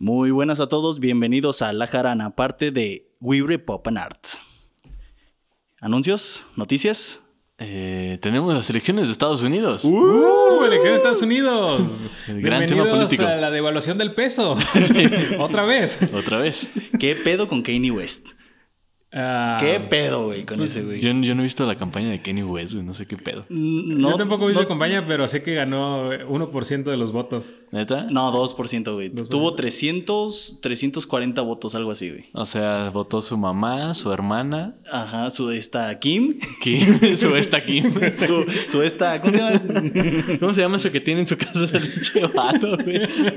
Muy buenas a todos, bienvenidos a La Jarana, parte de We Repop and Art. ¿Anuncios? ¿Noticias? Tenemos las elecciones de Estados Unidos. Elecciones de Estados Unidos. El gran tema Bienvenidos político. a la devaluación del peso. Otra vez. Otra vez. ¿Qué pedo con Kanye West? ¿Qué pedo, güey, con ese güey? Yo no he visto la campaña de Kanye West, güey, no sé qué pedo. Yo tampoco vi su campaña, pero sé que ganó 1% de los votos. ¿Neta? No, 2%, güey. 2%. Tuvo 340 votos, algo así, güey. O sea, votó su mamá, su hermana. Ajá, esta Kim. Su esta Kim. su esta, ¿cómo se llama? ¿Cómo se llama eso que tiene en su casa ese pinche vato, güey?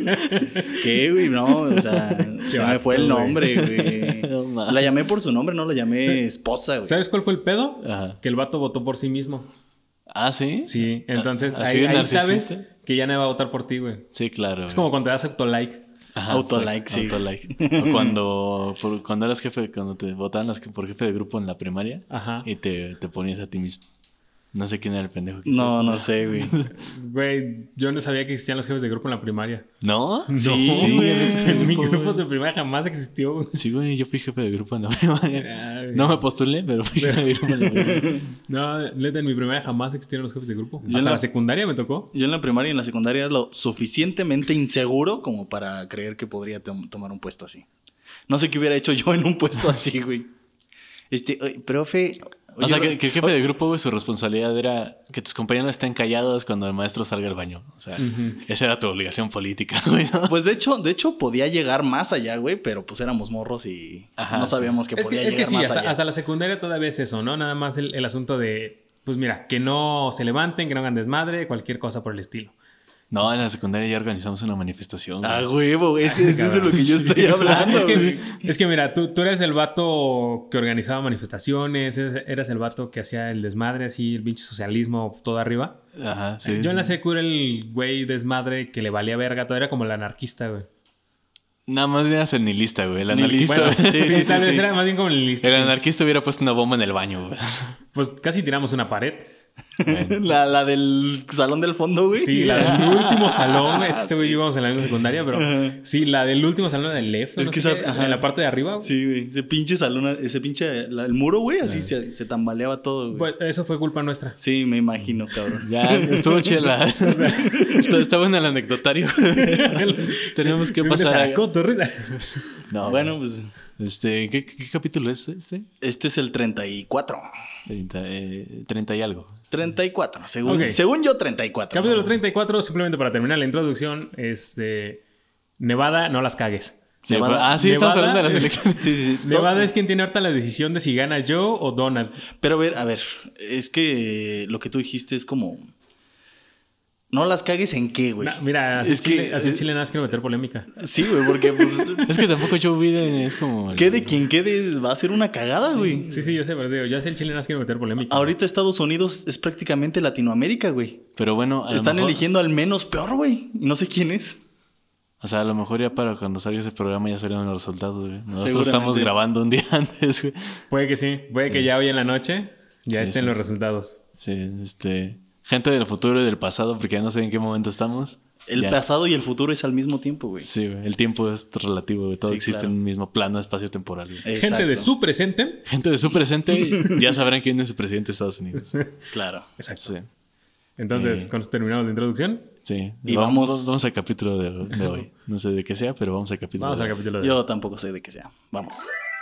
¿Qué, güey? No, o sea, se me fue el nombre, güey. No mames. La llamé por su nombre, no la llamé esposa, güey. ¿Sabes cuál fue el pedo? Ajá. Que el vato votó por sí mismo. ¿Ah, sí? Sí, entonces ¿Así ahí de narcisista? sabes que ya no va a votar por ti, güey. Sí, claro. Es como cuando te das autolike. Ajá, Autolike, sí. Autolike. O cuando eras jefe, cuando te votaban por jefe de grupo en la primaria. Ajá. Y te ponías a ti mismo. No sé quién era el pendejo que No, hizo no eso. sé, güey. Güey, yo no sabía que existían los jefes de grupo en la primaria. ¿No? Sí, güey. En mi Pues, grupo de primaria jamás existió, güey. Sí, güey, yo fui jefe de grupo en la primaria. Ay, No me postulé, pero fui jefe de grupo en la primaria. No, neta, en mi primaria jamás existieron los jefes de grupo. Yo Hasta no- la secundaria me tocó. Yo en la primaria y en la secundaria era lo suficientemente inseguro como para creer que podría tomar un puesto así. No sé qué hubiera hecho yo en un puesto así, güey. Oye, profe... O sea, que el jefe de grupo, güey, su responsabilidad era que tus compañeros estén callados cuando el maestro salga al baño. O sea, esa era tu obligación política, güey, ¿no? Pues de hecho podía llegar más allá, güey, pero pues éramos morros y Ajá, no sí. sabíamos que Es podía que llegar sí, más allá. hasta la secundaria todavía es eso, ¿no? Nada más el asunto de, pues mira, que no se levanten, que no hagan desmadre, cualquier cosa por el estilo. No, en la secundaria ya organizamos una manifestación. Güey. Ah, huevo, es que eso es de lo que yo estoy hablando. güey. Es que mira, tú eres el vato que organizaba manifestaciones, eras el vato que hacía el desmadre, así, el pinche socialismo todo arriba. Ajá, sí. Yo en la secu era el güey desmadre que le valía verga, todo era como el anarquista, güey. Nada más eras el nihilista, güey. El Nihilista. anarquista. Bueno, Sí, tal vez sí. era más bien como el lista. El anarquista hubiera puesto una bomba en el baño, güey. Pues casi tiramos una pared. Bueno. La del salón del fondo, güey. Sí, la del último salón. Es que este güey íbamos en la misma secundaria, pero sí, la del último salón del LEF. Es no que sé esa- qué, ajá. en la parte de arriba. Güey. Sí, güey. Ese pinche salón, el muro, güey, así se tambaleaba todo, güey. Pues eso fue culpa nuestra. Sí, me imagino, cabrón. Ya, estuvo chela. Está bueno el anecdotario. Tenemos que Vienes pasar. a la cotorrisa. No, Bueno, pues ¿qué capítulo es este? este es el 34. 30 y algo. 34, según, Ok. según yo 34. Capítulo ¿no? 34, simplemente para terminar la introducción, Nevada, no las cagues. Sí, Nevada- sí, estamos Nevada- hablando de las elecciones. Sí, sí, sí. Nevada es quien tiene ahorita la decisión de si gana yo o Donald. Pero a ver, es que lo que tú dijiste es como... No las cagues en qué, güey. Mira, es que... Chile nada más quiero meter polémica. Sí, güey, porque pues... Es que tampoco Joe Biden es como. quede quien quede va a ser una cagada, güey. Sí, yo sé, pero digo, yo sé el Chile nada más quiero meter polémica. Ahorita Estados Unidos es prácticamente Latinoamérica, güey. Pero bueno, a lo Están mejor- eligiendo al menos peor, güey. Y no sé quién es. O sea, a lo mejor ya para cuando salga ese programa ya salieron los resultados, güey. Nosotros Seguramente. estamos grabando un día antes, güey. Puede que sí, puede que ya hoy en la noche ya Sí, estén sí. los resultados. Sí, gente del futuro y del pasado, porque ya no sé en qué momento estamos. El Ya. pasado y el futuro es al mismo tiempo, güey. Sí, güey. El tiempo es relativo, güey. Todo Sí, existe claro. en un mismo plano espacio-temporal, güey. Gente de su presente. Gente de su presente ya sabrán quién es el presidente de Estados Unidos. Claro. Exacto. Sí, Entonces, con esto terminamos la introducción. sí. Y vamos- Vamos al capítulo de hoy. No sé de qué sea, pero vamos al capítulo. Vamos de al hoy. capítulo de Yo tampoco sé de qué sea. Vamos.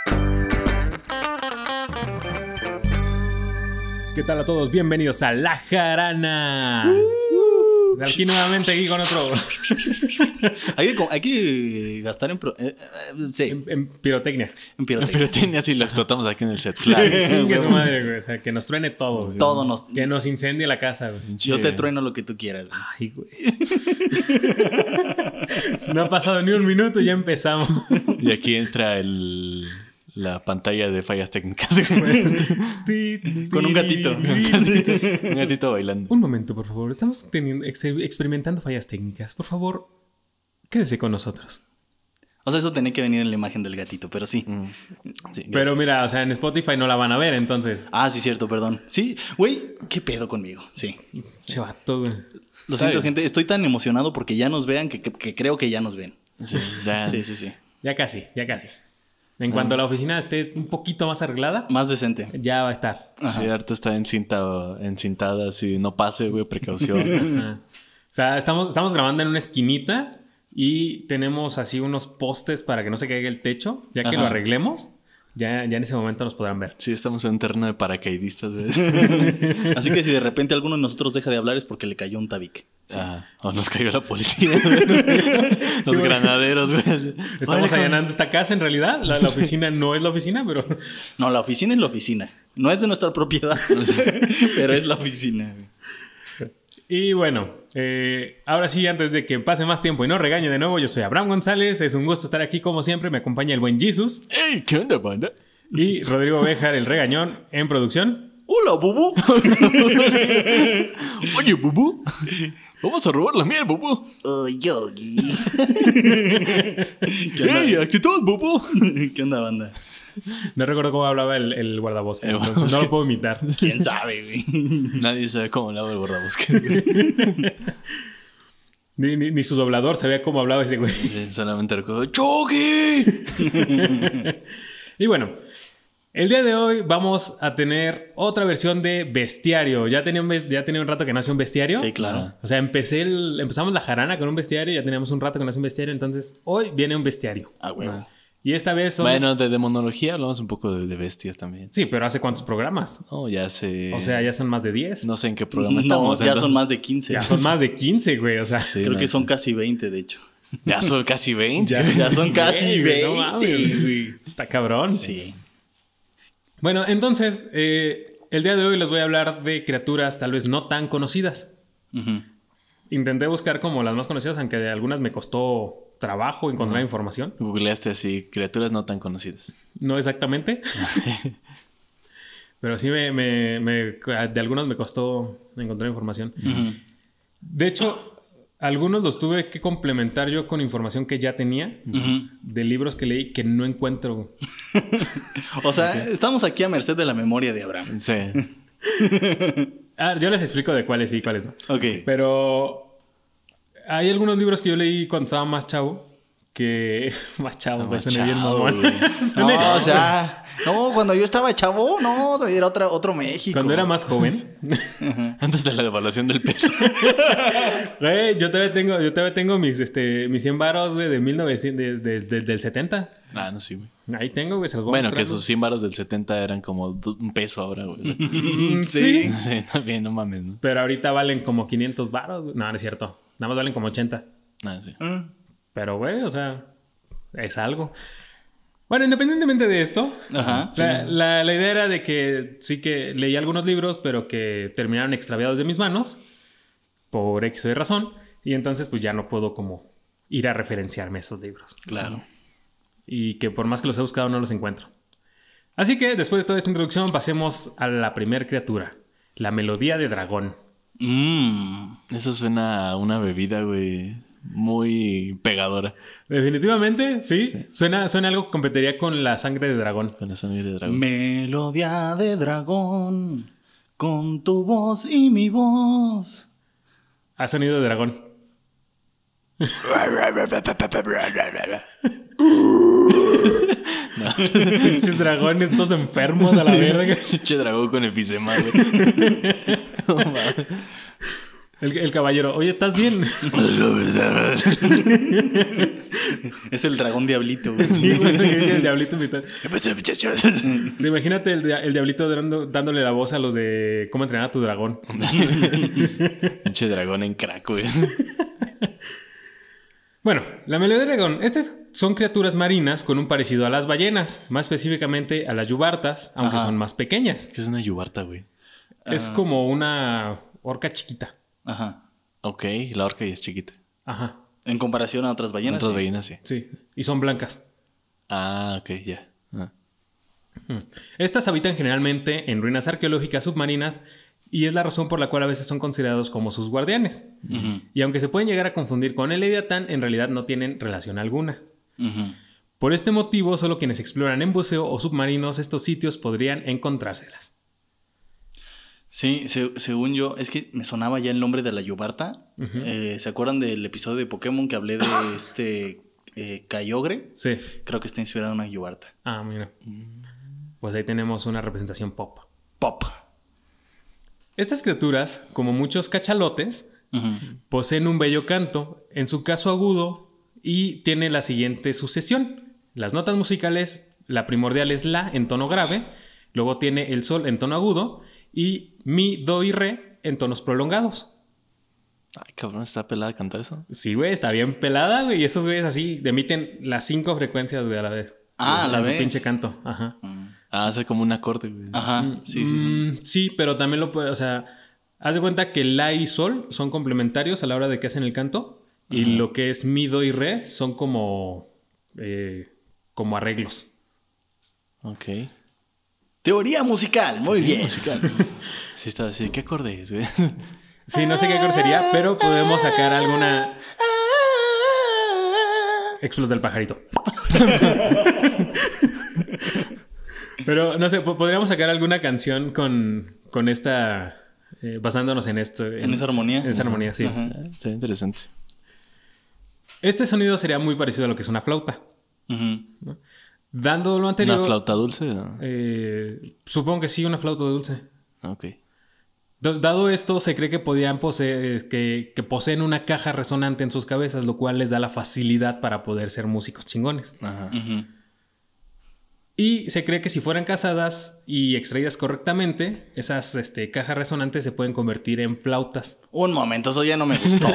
¿Qué tal a todos? Bienvenidos a La Jarana. Aquí nuevamente aquí con otro Hay que gastar en... sí, en pirotecnia. en pirotecnia. Pero tenía así lo explotamos aquí en el set. Claro. Chingue su madre, güey. O sea, que nos truene todo. güey. Todo nos... Que nos incendie la casa, güey. Yo te trueno lo que tú quieras, güey. Ay, güey. No ha pasado ni un minuto y ya empezamos. Y aquí entra la pantalla de fallas técnicas. güey. Con un gatito. Un gatito bailando. Un momento, por favor. Estamos experimentando fallas técnicas. Por favor, quédese con nosotros. O sea, eso tenía que venir en la imagen del gatito, pero sí. Sí, Pero gracias. mira, o sea, en Spotify no la van a ver, entonces. Ah, sí, cierto, perdón. Sí, güey, ¿qué pedo conmigo? Sí. Che vato, güey. Lo Está siento, bien. gente. Estoy tan emocionado porque ya nos vean que creo que ya nos ven. Sí, ya. Sí. Ya casi. En cuanto a la oficina esté un poquito más arreglada, Más decente. ya va a estar. Sí, ahorita está encintada, así, no pase, güey, precaución. Ajá. O sea, estamos grabando en una esquinita y tenemos así unos postes para que no se caiga el techo. Ya que Ajá. lo arreglemos, ya en ese momento nos podrán ver. Sí, estamos en un terreno de paracaidistas, güey. Así que si de repente alguno de nosotros deja de hablar es porque le cayó un tabique. Sí. O nos cayó la policía, güey. Los granaderos, güey. Estamos allanando esta casa en realidad. La oficina no es la oficina, pero... No, la oficina es la oficina. No es de nuestra propiedad, pero es la oficina. Y bueno, ahora sí, antes de que pase más tiempo y no regañe de nuevo, yo soy Abraham González. Es un gusto estar aquí como siempre. Me acompaña el buen Jesus. ¡Ey! ¿Qué onda, banda? Y Rodrigo Béjar, el regañón, en producción. ¡Hola, bubu! Oye, Bubu. Vamos a robar la miel, Bubu. Oh, Yogi. ¡Ey! ¡Actitud, Bubu! ¿Qué onda, banda? No recuerdo cómo hablaba el guardabosques, entonces no lo puedo imitar. ¿Quién sabe, güey? Nadie sabe cómo hablaba el guardabosques. Ni su doblador sabía cómo hablaba ese güey. Sí, solamente recuerdo ¡Chogi! Y bueno, el día de hoy vamos a tener otra versión de bestiario. Ya tenía un rato que nació un bestiario. Sí, claro. O sea, empezamos la jarana con un bestiario, ya teníamos un rato que nació un bestiario, entonces hoy viene un bestiario. Ah, huevo. Y esta vez son... Bueno, de demonología hablamos un poco de bestias también. Sí, pero ¿hace cuántos programas? No, ya sé. O sea, ya son más de 10. No sé en qué programa No, estamos. ya son más de 15. Ya son más de 15, güey. O sea, Sí, Creo no, que sí. son casi 20, de hecho. Ya son casi 20. Ya son casi güey, 20, no mames. güey. Está cabrón. Sí. Bueno, entonces, el día de hoy les voy a hablar de criaturas tal vez no tan conocidas. Ujú. Intenté buscar como las más conocidas, aunque de algunas me costó trabajo encontrar información. Googleaste así, criaturas no tan conocidas. No exactamente. Pero sí de algunos me costó encontrar información. Ujú. De hecho, algunos los tuve que complementar yo con información que ya tenía Ujú. de libros que leí que no encuentro. O sea, estamos aquí a merced de la memoria de Abraham. Sí. Yo les explico de cuáles sí y cuáles no. Ok. Pero hay algunos libros que yo leí cuando estaba más chavo. Que más chavo, pues suena bien chavo, mamón. güey. Suena- No, o sea, no, cuando yo estaba chavo, no, era otro México. Cuando era más joven. Antes de la devaluación del peso. Güey, yo todavía tengo mis 100 varos, güey, de 1900, del 70. No, sí, güey. Ahí tengo, güey, se los voy Bueno, que mostrando. esos 100 varos del 70 eran como un peso ahora, güey. Sí. Sí, también, no mames, ¿no? Pero ahorita valen como 500 varos, güey. No, no es cierto. Nada más valen como 80. No, sí. Pero, güey, o sea, es algo. Bueno, independientemente de esto, Ajá. la idea era de que sí que leí algunos libros, pero que terminaron extraviados de mis manos por X o Y razón. Y entonces, pues ya no puedo como ir a referenciarme esos libros. Claro. Y que por más que los he buscado, no los encuentro. Así que, después de toda esta introducción, pasemos a la primer criatura. La melodía de dragón. Eso suena a una bebida, güey, muy pegadora. Definitivamente, sí. Suena algo que competiría con la sangre de dragón. Con esa sangre de dragón. Melodía de dragón, con tu voz y mi voz. Ha sonido de dragón. Pinches dragones todos enfermos a la verga. Che dragón con efisema, güey. No mames. El caballero, oye, ¿estás bien? Es el dragón diablito, güey. Sí, güey, el diablito mitad. ¿Qué pasa, muchachos? Sí, imagínate el diablito dándole la voz a los de cómo entrenar a tu dragón. Che dragón en crack, güey. Bueno, la melodía de dragón. Estas son criaturas marinas con un parecido a las ballenas, más específicamente a las yubartas, aunque Ajá. son más pequeñas. ¿Qué es una yubarta, güey? Es como una orca chiquita. Ajá. Ok, la orca ya es chiquita. Ajá, En comparación a otras ballenas. Otras sí. ballenas, sí. sí. Y son blancas. Ah, ok, ya. Ah. Estas habitan generalmente en ruinas arqueológicas submarinas y es la razón por la cual a veces son considerados como sus guardianes. Ujú, Y aunque se pueden llegar a confundir con el Leviatán, en realidad no tienen relación alguna. ujú. Por este motivo, solo quienes exploran en buceo o submarinos estos sitios podrían encontrárselas. Sí, según yo, es que me sonaba ya el nombre de la Yubarta. ¿Se acuerdan del episodio de Pokémon que hablé de Kyogre, Sí. creo que está inspirado en una Yubarta. Ah, mira. Pues ahí tenemos una representación pop. Pop. Estas criaturas, como muchos cachalotes, poseen un bello canto, en su caso agudo, y tiene la siguiente sucesión. Las notas musicales, la primordial es la en tono grave, luego tiene el sol en tono agudo y mi, do y re en tonos prolongados. Ay, cabrón, ¿está pelada a cantar eso? Sí, güey, está bien pelada, güey. Y esos güeyes así emiten las 5 frecuencias, güey, a la vez. Ah, a la en su vez. pinche canto. Ajá. Hace como un acorde, güey. Ajá, sí. Sí, pero también lo puede, o sea, haz de cuenta que la y sol son complementarios a la hora de que hacen el canto. Y lo que es mi, do y re son como arreglos. Ok. Teoría musical, muy bien. Sí, estaba así. ¿Qué acorde es, güey? Sí, no sé qué sería, pero podemos sacar alguna... Explota el pajarito. Pero no sé, podríamos sacar alguna canción con esta... basándonos en esto. En esa armonía. En esa armonía, sí. Ajá. Está interesante. Este sonido sería muy parecido a lo que es una flauta. Ujú. Dando lo anterior... ¿Una flauta dulce? ¿No? Supongo que sí, una flauta dulce. Ok. Dado esto, se cree que podían que poseen una caja resonante en sus cabezas, lo cual les da la facilidad para poder ser músicos chingones. Ajá. Ujú. Y se cree que si fueran cazadas y extraídas correctamente, esas cajas resonantes se pueden convertir en flautas. Un momento, eso ya no me gustó.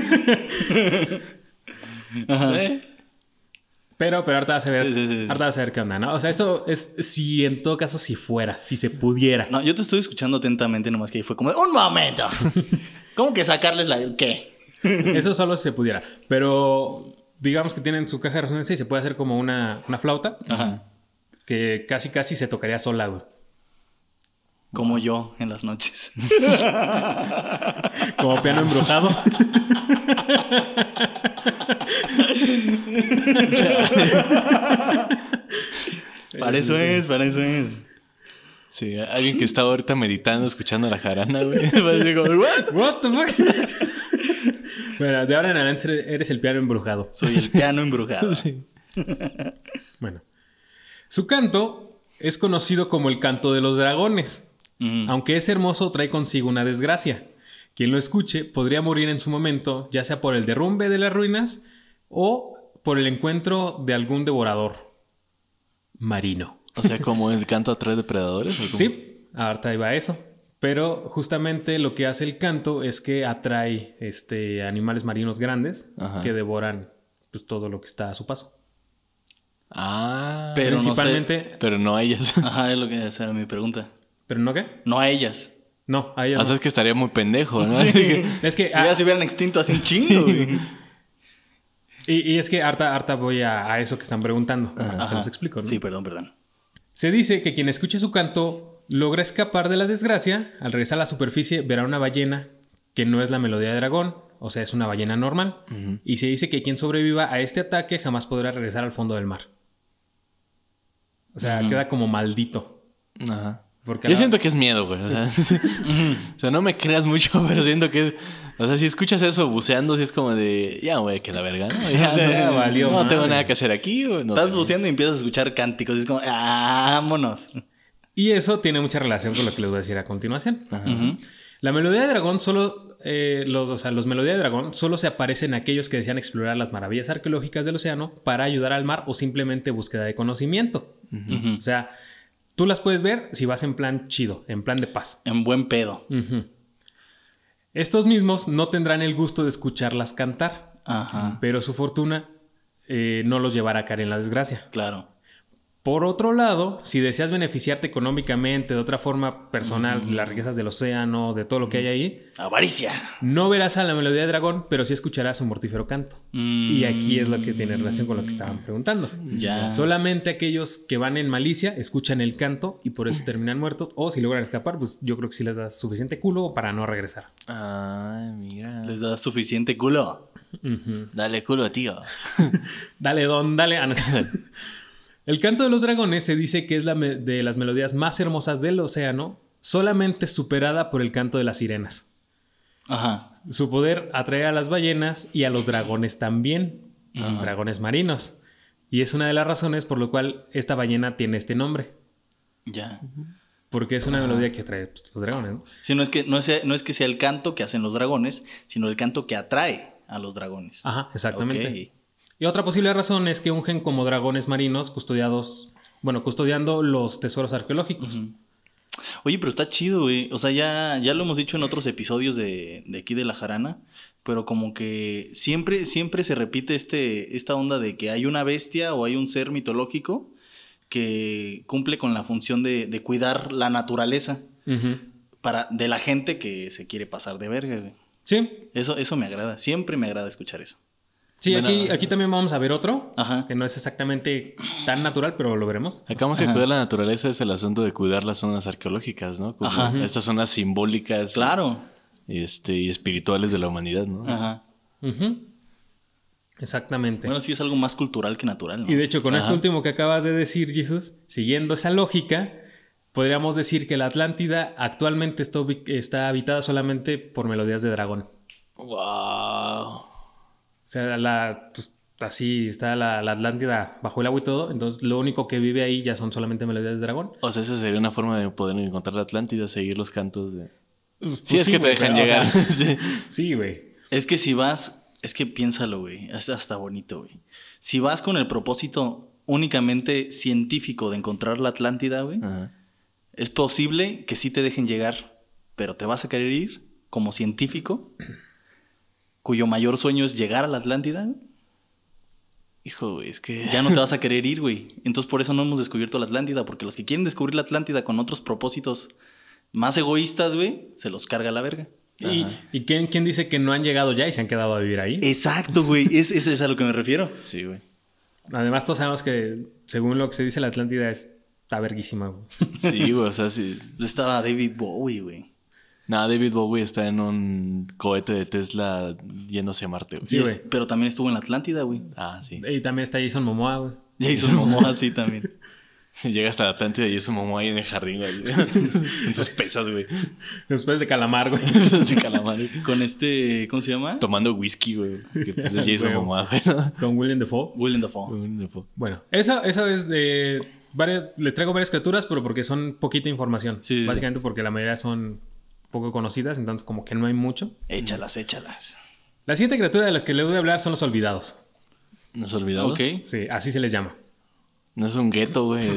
Pero ahorita vas a ver, Sí. ahorita vas a ver qué onda, ¿no? O sea, esto es si en todo caso si fuera, si se pudiera. No, yo te estoy escuchando atentamente, nomás que ahí fue como, un momento. ¿Cómo que sacarles la... ¿Qué? Eso solo si se pudiera. Pero digamos que tienen su caja de resonancia y se puede hacer como una flauta Ajá. que casi se tocaría sola, güey. Como yo en las noches. Como piano embrujado. Para eso es. Sí, alguien que está ahorita meditando, escuchando la jarana, güey. Va a decir como, ¿what? What the fuck? Bueno, de ahora en adelante eres el piano embrujado. Soy el piano embrujado. Sí. Bueno. Su canto es conocido como el canto de los dragones. Aunque es hermoso, trae consigo una desgracia. Quien lo escuche podría morir en su momento, ya sea por el derrumbe de las ruinas o por el encuentro de algún devorador marino. O sea, como el canto atrae depredadores. ¿O cómo? Sí, ahorita iba a eso. Pero justamente lo que hace el canto es que atrae animales marinos grandes que devoran pues, todo lo que está a su paso. Ah, Pero principalmente. pero no a ellas. Ajá, es lo que esa era mi pregunta. ¿Pero no qué? No a ellas. No, a ellas O sea, no. es que estaría muy pendejo, ¿no? Sí. Es que. Si ya se hubieran extinto así un chingo, güey. Y es que harta voy a eso que están preguntando. Se Ajá. los explico, ¿no? Sí, perdón. Se dice que quien escuche su canto logra escapar de la desgracia. Al regresar a la superficie verá una ballena que no es la melodía de dragón. O sea, es una ballena normal. Y se dice que quien sobreviva a este ataque jamás podrá regresar al fondo del mar. O sea, queda como maldito. Ajá. Porque Yo siento que es miedo, güey. O sea, no me creas mucho, pero siento que... O sea, si escuchas eso buceando, si es como de... Ya, güey, que la verga, ¿no? Ya, Ya valió no tengo madre. nada que hacer aquí, güey. No Estás tengo- buceando y empiezas a escuchar cánticos. Y es como, vámonos. Y eso tiene mucha relación con lo que les voy a decir a continuación. Ujú. La melodía de dragón solo... los melodías de dragón solo se aparecen aquellos que desean explorar las maravillas arqueológicas del océano para ayudar al mar o simplemente búsqueda de conocimiento. Ujú. O sea, tú las puedes ver si vas en plan chido, en plan de paz. En buen pedo. Estos mismos no tendrán el gusto de escucharlas cantar, Ajá, pero su fortuna no los llevará a caer en la desgracia. claro. Por otro lado, si deseas beneficiarte económicamente de otra forma personal, de las riquezas del océano, de todo lo que hay ahí, Avaricia. no verás a la melodía de dragón, pero sí escucharás su mortífero canto. Y aquí es lo que tiene relación con lo que estaban preguntando. Ya. Solamente aquellos que van en malicia escuchan el canto y por eso terminan muertos. O si logran escapar, pues yo creo que sí les da suficiente culo para no regresar. Ay, mira. Les da suficiente culo. Dale culo, tío. Dale, don, dale. Ah, no. El canto de los dragones se dice que es de las melodías más hermosas del océano, solamente superada por el canto de las sirenas. Ajá. Su poder atrae a las ballenas y a los dragones también. dragones marinos. Y es una de las razones por lo cual esta ballena tiene este nombre. Ya. Porque es una melodía que atrae pues, los dragones, ¿no? Sí, no es que sea el canto que hacen los dragones, sino el canto que atrae a los dragones. Ajá, exactamente. Ok. Y otra posible razón es que ungen como dragones marinos custodiando los tesoros arqueológicos. Oye, pero está chido, güey. O sea, ya lo hemos dicho en otros episodios de aquí de La Jarana, pero como que siempre se repite esta onda de que hay una bestia o hay un ser mitológico que cumple con la función de cuidar la naturaleza de la gente que se quiere pasar de verga, güey. Sí. Eso me agrada. Siempre me agrada escuchar eso. Sí, Bueno, aquí también vamos a ver otro, Ajá. que no es exactamente tan natural, pero lo veremos. Acabamos de cuidar la naturaleza, es el asunto de cuidar las zonas arqueológicas, ¿no? Como estas zonas simbólicas. Claro. Y espirituales de la humanidad, ¿no? Ajá. Exactamente. Bueno, sí es algo más cultural que natural, ¿no? Y de hecho, con esto último que acabas de decir, Jesús, siguiendo esa lógica, podríamos decir que la Atlántida actualmente está habitada solamente por melodías de dragón. ¡Wow! O sea, pues, así está la Atlántida bajo el agua y todo. Entonces, lo único que vive ahí ya son solamente melodías de dragón. O sea, esa sería una forma de poder encontrar la Atlántida, seguir los cantos de... Pues, Sí, es que te güey, dejan pero, llegar. o sea, Sí. sí, güey. Es que si vas, es que piénsalo, güey, es hasta bonito, güey. Si vas con el propósito únicamente científico de encontrar la Atlántida, güey, Ajá. es posible que sí te dejen llegar, pero te vas a querer ir como científico, cuyo mayor sueño es llegar a la Atlántida, güey. Hijo, güey, es que... Ya no te vas a querer ir, güey. Entonces por eso no hemos descubierto la Atlántida, porque los que quieren descubrir la Atlántida con otros propósitos más egoístas, güey, se los carga la verga. ¿Y quién dice que no han llegado ya y se han quedado a vivir ahí? Exacto, güey. Ese es a lo que me refiero. Sí, güey. Además, todos sabemos que, según lo que se dice, la Atlántida está verguísima, güey. Sí, güey, o sea, sí. Estaba David Bowie, güey. Nada, David Bowie está en un cohete de Tesla yéndose a Marte, güey. Sí, güey. Pero también estuvo en la Atlántida, güey. Ah, sí. Y también está Jason Momoa, güey. Jason Momoa sí también. Llega hasta la Atlántida y es un momo ahí en el jardín, güey. En sus pesas, güey. Después de Calamar, güey. De calamar, güey. Con ¿cómo se llama? Tomando whisky, güey. Que pues es Jason Güey. Momoa, güey. ¿No? Con Willem Dafoe. Willem Dafoe. Bueno, eso es de... les traigo varias criaturas, pero porque son poquita información. Sí, sí, básicamente porque la mayoría son poco conocidas, entonces como que no hay mucho. Échalas. La siguiente criatura de las que les voy a hablar son los olvidados. ¿Nos olvidamos? Ok. Sí, así se les llama. No es un gueto, güey.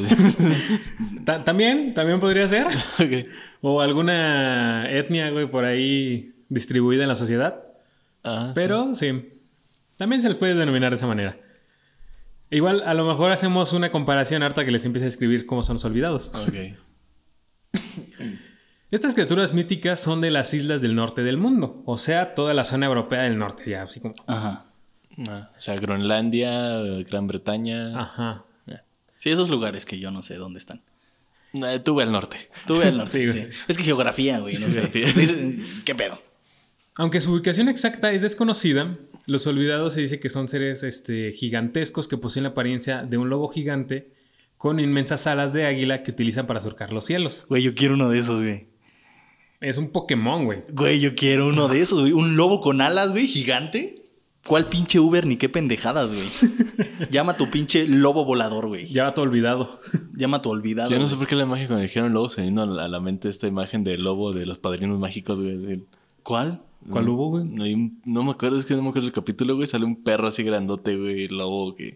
También podría ser. Ok. O alguna etnia, güey, por ahí distribuida en la sociedad. Ah, Pero sí, también se les puede denominar de esa manera. Igual, a lo mejor hacemos una comparación harta que les empiece a escribir cómo son los olvidados. sí. Ok. Estas criaturas míticas son de las islas del norte del mundo. O sea, toda la zona europea del norte, ya, así como... Ajá. Ah, o sea, Groenlandia, Gran Bretaña. Ajá. Sí, esos lugares que yo no sé dónde están. Tú ve al norte. Tú ve al norte, Sí, sí. güey. Es que geografía, güey, no sé. ¿Qué pedo? Aunque su ubicación exacta es desconocida, los olvidados se dice que son seres gigantescos que poseen la apariencia de un lobo gigante con inmensas alas de águila que utilizan para surcar los cielos. Güey, yo quiero uno de esos, güey. Es un Pokémon, güey. Güey, yo quiero uno de esos, güey. Un lobo con alas, güey, gigante. ¿Cuál pinche Uber ni qué pendejadas, güey? Llama a tu pinche lobo volador, güey. Ya va todo olvidado. Llama a tu olvidado. Yo no sé güey. por qué la imagen cuando dijeron lobo se me vino a la mente esta imagen del lobo de los padrinos mágicos, güey. Así. ¿Cuál? ¿Cuál hubo, güey? No me acuerdo, es que no me acuerdo del capítulo, güey. Sale un perro así grandote, güey, lobo que...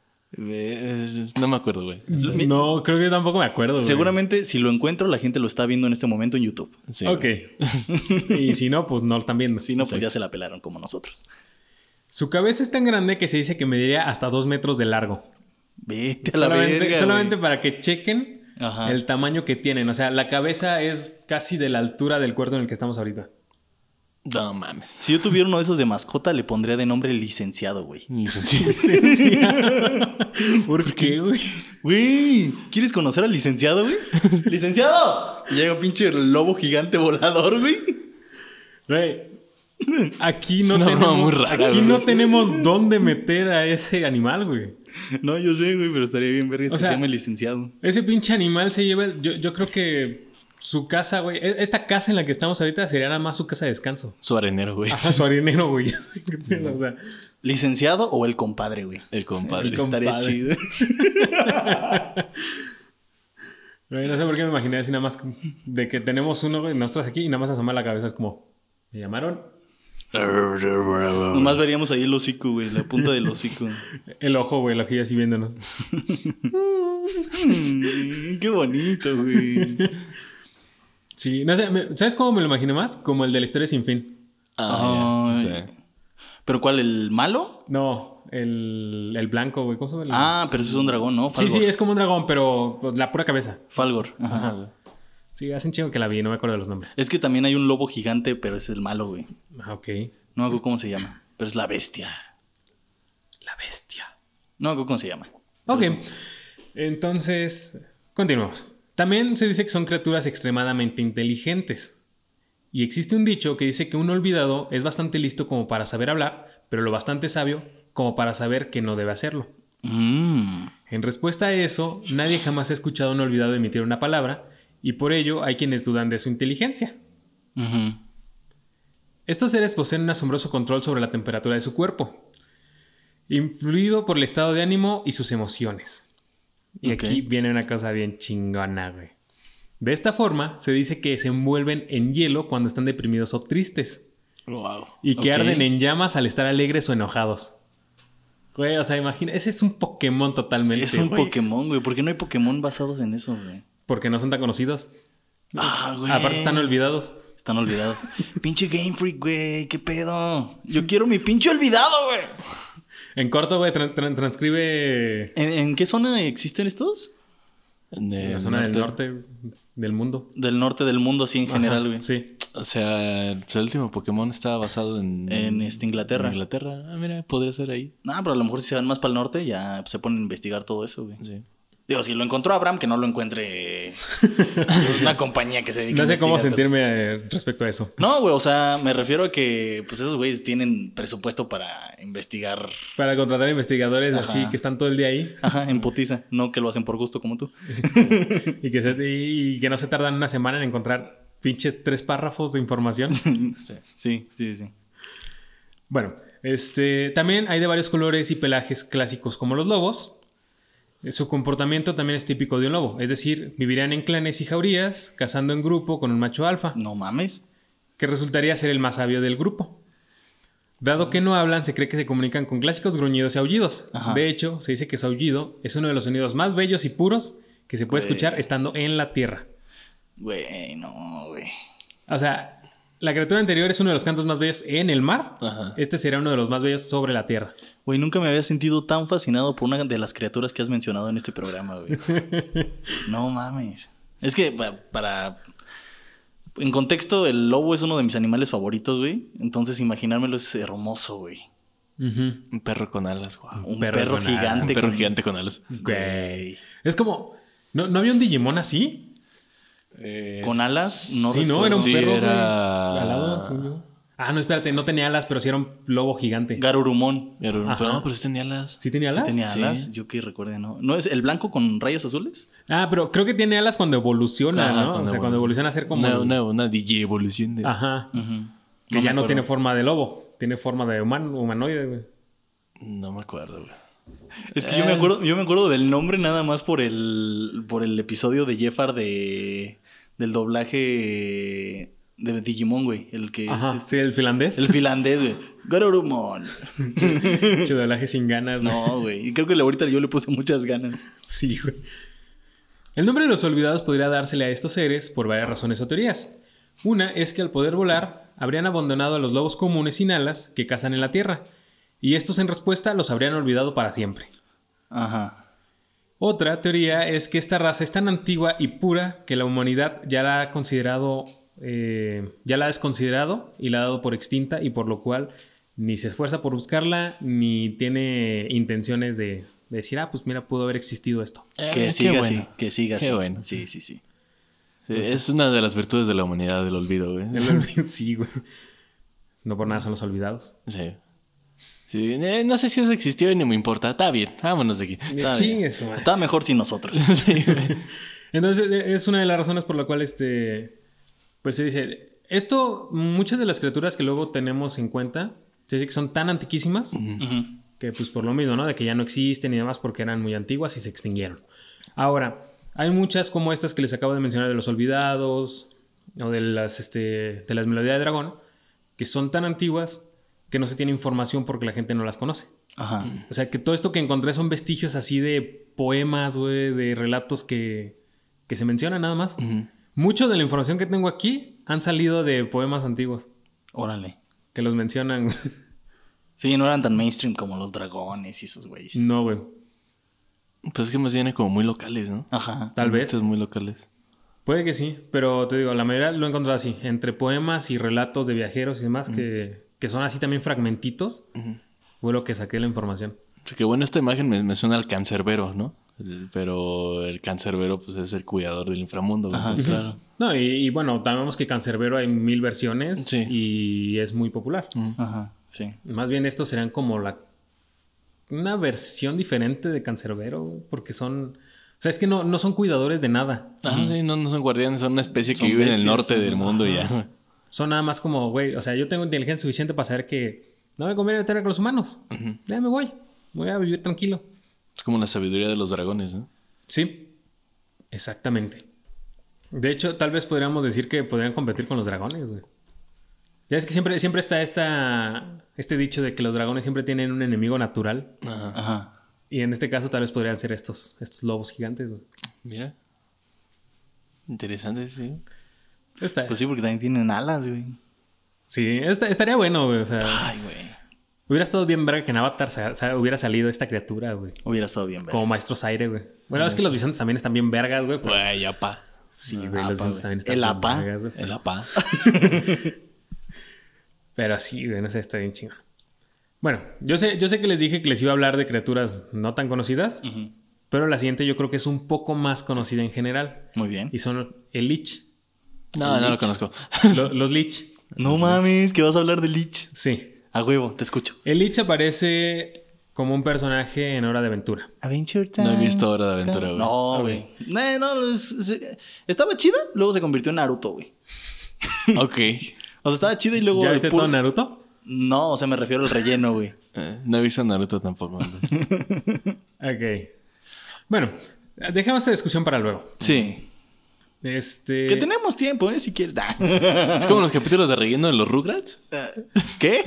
No me acuerdo, güey. No, creo que tampoco me acuerdo, güey. Seguramente si lo encuentro la gente lo está viendo en este momento en YouTube. Sí, Ok. Y si no, pues no lo están viendo. Si no, pues ya se la pelaron como nosotros. Su cabeza es tan grande que se dice que mediría hasta 2 metros de largo. Vete a la verga, Solamente güey. para que chequen Ajá. el tamaño que tienen. O sea, la cabeza es casi de la altura del cuerpo en el que estamos ahorita. No mames. Si yo tuviera uno de esos de mascota, le pondría de nombre licenciado, güey. ¿Por qué, güey? Güey, ¿quieres conocer al licenciado, güey? ¡Licenciado! Y llega un pinche lobo gigante volador, güey. Güey, aquí no Es una broma tenemos, muy rara, aquí güey. no tenemos dónde meter a ese animal, güey. No, yo sé, güey, pero estaría bien verga O que sea, se llame licenciado. Ese pinche animal se lleva... Yo creo que su casa, güey. Esta casa en la que estamos ahorita sería nada más su casa de descanso. Su arenero, güey. Ajá, su arenero, güey. O sea, ¿Licenciado o el compadre, güey? El compadre. El compadre. Estaría chido. güey, no sé por qué me imaginé así nada más de que tenemos uno, güey, nosotros aquí y nada más asomar la cabeza es como, ¿me llamaron? Nomás veríamos ahí el hocico, güey, la punta del hocico. El ojo, güey, el ojillo así viéndonos. Qué bonito, güey. Sí, no sé, ¿sabes cómo me lo imaginé más? Como el de la historia sin fin. Ay. Sí. ¿Pero cuál? ¿El malo? No, el blanco, güey, ¿cómo se llama? Pero eso es un dragón, ¿no? Sí, Falgor. sí, es como un dragón, pero pues, la pura cabeza. Falgor. Ajá. Sí, hace un chingo que la vi, no me acuerdo de los nombres. Es que también hay un lobo gigante, pero es el malo, güey. Ah, ok. No me acuerdo cómo se llama, pero es la bestia. La bestia. No me acuerdo cómo se llama. Ok. Entonces, continuamos. También se dice que son criaturas extremadamente inteligentes. Y existe un dicho que dice que un olvidado es bastante listo como para saber hablar, pero lo bastante sabio como para saber que no debe hacerlo. En respuesta a eso, nadie jamás ha escuchado a un olvidado emitir una palabra, y por ello hay quienes dudan de su inteligencia. Estos seres poseen un asombroso control sobre la temperatura de su cuerpo, influido por el estado de ánimo y sus emociones. Y aquí viene una cosa bien chingona, güey. De esta forma, se dice que se envuelven en hielo cuando están deprimidos o tristes. Wow. Y que arden en llamas al estar alegres o enojados. Güey, o sea, imagina, ese es un Pokémon totalmente. Es un güey. Pokémon, güey. ¿Por qué no hay Pokémon basados en eso, güey? Porque no son tan conocidos. Güey. Aparte están olvidados. Están olvidados. Pinche Game Freak, güey. ¿Qué pedo? Yo quiero mi pinche olvidado, güey. En corto, güey, transcribe ¿En qué zona existen estos? la zona del norte del mundo. Del norte del mundo, así en general, güey. Sí. O sea, el último Pokémon estaba basado en Inglaterra. En Inglaterra. Ah, mira, podría ser ahí. Pero a lo mejor si se van más para el norte ya se ponen a investigar todo eso, güey. Sí. Digo, si lo encontró Abraham, que no lo encuentre una compañía que se dedique No a sé investigar. cómo sentirme respecto a eso. No, güey, o sea, me refiero a que pues esos güeyes tienen presupuesto para investigar. Para contratar investigadores Ajá. así que están todo el día ahí En putiza, no que lo hacen por gusto como tú. y que no se tardan una semana en encontrar pinches 3 párrafos de información. Sí. Bueno, también hay de varios colores y pelajes clásicos como los lobos. Su comportamiento también es típico de un lobo, es decir, vivirían en clanes y jaurías, cazando en grupo con un macho alfa, No mames. que resultaría ser el más sabio del grupo. Dado que no hablan, se cree que se comunican con clásicos gruñidos y aullidos. Ajá. De hecho, se dice que su aullido es uno de los sonidos más bellos y puros que se puede escuchar estando en la tierra. Güey, no, güey. O sea, la criatura anterior es uno de los cantos más bellos en el mar. Ajá. Este será uno de los más bellos sobre la tierra. Güey, nunca me había sentido tan fascinado por una de las criaturas que has mencionado en este programa, güey. No mames. Es que en contexto, el lobo es uno de mis animales favoritos, güey. Entonces imaginármelo es hermoso, güey. Un perro con alas, wow. Un perro perro con alas. gigante. Un perro gigante con alas. Güey. Es como... ¿No había un Digimon así? Con alas, no Sí, no, era un sí, perro, era- güey. Alado, según yo. Ah, no, espérate, no tenía alas, pero sí era un lobo gigante. Garurumon. Pero no, pero sí tenía alas. ¿Sí tenía ¿Sí alas? tenía Sí. alas? Yo que recuerde, ¿no? ¿No es el blanco con rayas azules? Ah, pero creo que tiene alas cuando evoluciona, Ajá, ¿no? O sea, cuando evoluciona a ser como... Una DJ evolución de... Ajá. Ujú. Que No ya me no acuerdo. tiene forma de lobo. Tiene forma de humanoide, güey. No me acuerdo, güey. Es que yo me acuerdo del nombre nada más por el episodio de Jeffar del doblaje de Digimon, güey. El que Ajá, es sí, el finlandés. el finlandés, güey. Garurumon. Chudolaje sin ganas, güey. No, güey. Y creo que ahorita yo le puse muchas ganas. Sí, güey. El nombre de los olvidados podría dársele a estos seres por varias razones o teorías. Una es que al poder volar, habrían abandonado a los lobos comunes sin alas que cazan en la tierra, y estos en respuesta los habrían olvidado para siempre. Ajá. Otra teoría es que esta raza es tan antigua y pura que la humanidad ya la ha desconsiderado y la ha dado por extinta, y por lo cual ni se esfuerza por buscarla ni tiene intenciones de decir, pues mira, pudo haber existido esto. Que Qué siga bueno. así. Que siga Qué así. bueno. Sí. Sí, es una de las virtudes de la humanidad, del olvido, güey. Sí, güey. No por nada son los olvidados. Sí. Sí, no sé si eso existió y ni me importa. Está bien, vámonos de aquí. Está Chingue bien. su madre. Está mejor sin nosotros. Sí, güey. Entonces, es una de las razones por la cual pues se dice, muchas de las criaturas que luego tenemos en cuenta, se dice que son tan antiquísimas que pues por lo mismo, ¿no? De que ya no existen y demás porque eran muy antiguas y se extinguieron. Ahora, hay muchas como estas que les acabo de mencionar de los olvidados o de las melodías de dragón, que son tan antiguas que no se tiene información porque la gente no las conoce. Ajá. O sea, que todo esto que encontré son vestigios así de poemas, güey, de relatos que se mencionan nada más. Mucho de la información que tengo aquí han salido de poemas antiguos. Órale. Que los mencionan. Sí, no eran tan mainstream como los dragones y esos güeyes. No, güey. Pues es que más bien como muy locales, ¿no? Ajá. Tal vez. Estos muy locales. Puede que sí, pero te digo, la mayoría lo he encontrado así. Entre poemas y relatos de viajeros y demás que son así también fragmentitos. Fue lo que saqué la información. O sea, que bueno, esta imagen me suena al cancerbero, ¿no? Pero el cancerbero pues es el cuidador del inframundo. Ajá, entonces, claro. No, y bueno, también vemos que Cancerbero hay 1000 versiones Sí. y es muy popular. Ajá, sí. Más bien estos serán como una versión diferente de Cancerbero, güey, porque son... O sea, es que no son cuidadores de nada. Ajá, sí, no son guardianes, son una especie que Son vive en el bestias, norte sí. del mundo y ya. Son nada más como, güey, o sea, yo tengo inteligencia suficiente para saber que no me conviene meterme con los humanos. Ya me voy. Voy a vivir tranquilo. Es como la sabiduría de los dragones, ¿no? Sí, exactamente. De hecho, tal vez podríamos decir que podrían competir con los dragones, güey. Ya es que siempre está este dicho de que los dragones siempre tienen un enemigo natural. Ajá. Ajá. Y en este caso tal vez podrían ser estos lobos gigantes, güey. Mira. Interesante, sí. Pues sí, porque también tienen alas, güey. Sí, estaría bueno, güey. O sea, Ay, güey. hubiera estado bien verga que en Avatar hubiera salido esta criatura, güey. Hubiera estado bien, güey. Como maestros aire, güey. Bueno, es que los bisontes también están bien vergas, güey. pero- Güey, apa. Sí, güey, apa, los bisontes güey. también están El bien apa. vergas, güey. El apa. Pero sí, güey, no sé, está bien chingón. Bueno, yo sé que les dije que les iba a hablar de criaturas no tan conocidas, pero la siguiente yo creo que es un poco más conocida en general. Muy bien. Y son el Lich. No lo conozco. Los Lich. No mames, que vas a hablar de Lich. Sí. A huevo, te escucho. El Lich aparece como un personaje en Hora de Aventura. Adventure Time. No he visto Hora de Aventura, güey. No, güey. Estaba chida, luego se convirtió en Naruto, güey. Ok. O sea, estaba chida y luego... ¿Ya viste todo Naruto? No, o sea, me refiero al relleno, güey. No he visto Naruto tampoco. Ok. Bueno, dejemos esta discusión para luego. Sí. Que tenemos tiempo, si quieres. Es como los capítulos de relleno de los Rugrats. ¿Qué?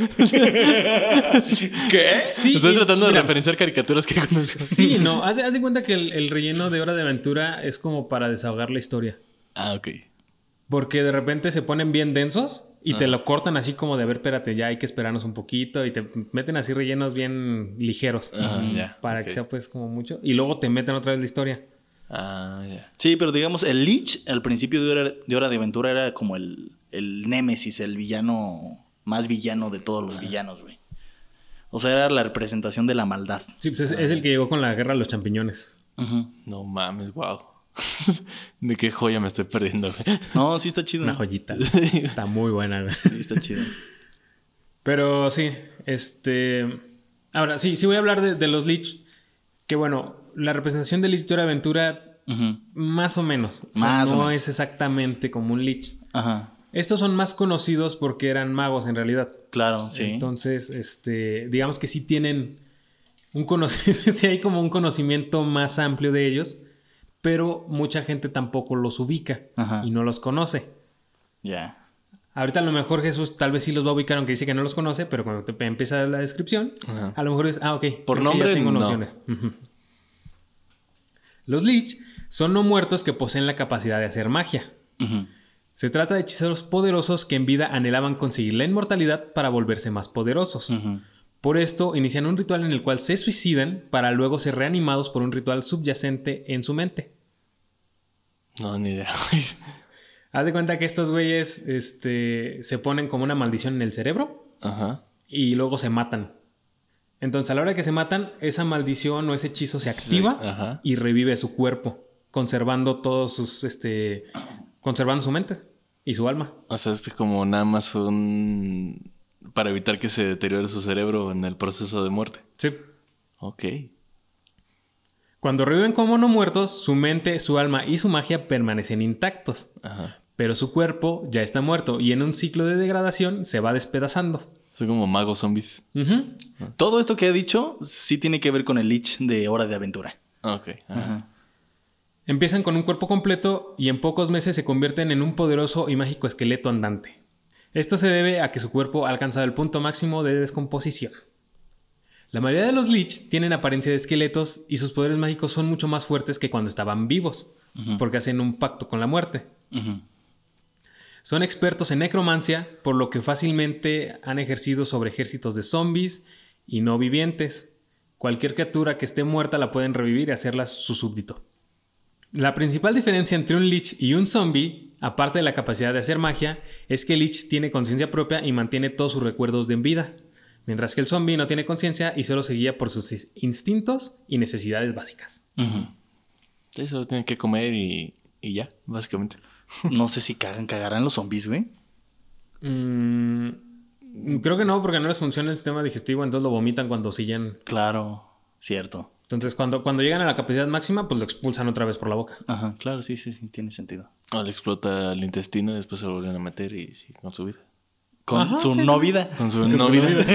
¿Qué? Sí, Estoy tratando de mira, referenciar caricaturas que conozco. Sí, no. Haz de cuenta que el relleno de Hora de Aventura es como para desahogar la historia. Ah, ok. Porque de repente se ponen bien densos y te lo cortan así como de, a ver, espérate, ya hay que esperarnos un poquito. Y te meten así rellenos bien ligeros. Ajá, ya. Para Ok. que sea pues como mucho. Y luego te meten otra vez la historia. Ah, ya. Sí, pero digamos, el Lich al principio de Hora de Aventura era como el némesis, el villano más villano de todos los villanos, güey. O sea, era la representación de la maldad. Sí, pues es el que llegó con la guerra a los champiñones. Ujú. No mames, wow. ¿De qué joya me estoy perdiendo, güey? No, sí está chido. Una joyita. Está muy buena, güey. Sí, está chido. Pero sí, ahora, sí voy a hablar de los Lich. Que bueno, la representación del Lich de Hora de Aventura, Ujú. más o menos. O sea, Más o no menos. es exactamente como un Lich. Ajá. Estos son más conocidos porque eran magos en realidad. Claro, sí. Entonces, digamos que sí tienen sí hay como un conocimiento más amplio de ellos, pero mucha gente tampoco los ubica Ajá. y no los conoce. Ya. Ahorita a lo mejor Jesús tal vez sí los va a ubicar, aunque dice que no los conoce, pero cuando te empieza la descripción, Ajá. a lo mejor es, ok. Por creo que nombre, ya tengo no. nociones. Ujú. Los Lich son no muertos que poseen la capacidad de hacer magia. Ujú. Se trata de hechiceros poderosos que en vida anhelaban conseguir la inmortalidad para volverse más poderosos. Ujú. Por esto inician un ritual en el cual se suicidan para luego ser reanimados por un ritual subyacente en su mente. No, ni idea. Haz de cuenta que estos güeyes se ponen como una maldición en el cerebro Ajá. y luego se matan. Entonces a la hora que se matan, esa maldición o ese hechizo se activa ajá. y revive su cuerpo, conservando todos sus, conservando su mente y su alma. O sea, como nada más un... para evitar que se deteriore su cerebro en el proceso de muerte. Sí. Ok. Cuando reviven como no muertos, su mente, su alma y su magia permanecen intactos. Ajá. Pero su cuerpo ya está muerto y en un ciclo de degradación se va despedazando. Son como magos zombies. Ujú. Todo esto que he dicho sí tiene que ver con el Lich de Hora de Aventura. Ok. Ajá. Empiezan con un cuerpo completo y en pocos meses se convierten en un poderoso y mágico esqueleto andante. Esto se debe a que su cuerpo ha alcanzado el punto máximo de descomposición. La mayoría de los Lich tienen apariencia de esqueletos y sus poderes mágicos son mucho más fuertes que cuando estaban vivos, porque hacen un pacto con la muerte. Ujú. Son expertos en necromancia, por lo que fácilmente han ejercido sobre ejércitos de zombies y no vivientes. Cualquier criatura que esté muerta la pueden revivir y hacerla su súbdito. La principal diferencia entre un Lich y un zombie, aparte de la capacidad de hacer magia, es que el Lich tiene conciencia propia y mantiene todos sus recuerdos de en vida, mientras que el zombie no tiene conciencia y solo se guía por sus instintos y necesidades básicas. Ujú. Sí, solo tienen que comer y ya, básicamente. No sé si cagarán los zombies, güey. Creo que no, porque no les funciona el sistema digestivo, entonces lo vomitan cuando siguen. Claro, cierto. Entonces cuando llegan a la capacidad máxima, pues lo expulsan otra vez por la boca. Ajá, claro, sí, tiene sentido. O le explota el intestino y después se lo vuelven a meter y sí, con su vida. Con Ajá, su sí, no vida. Con su no vida.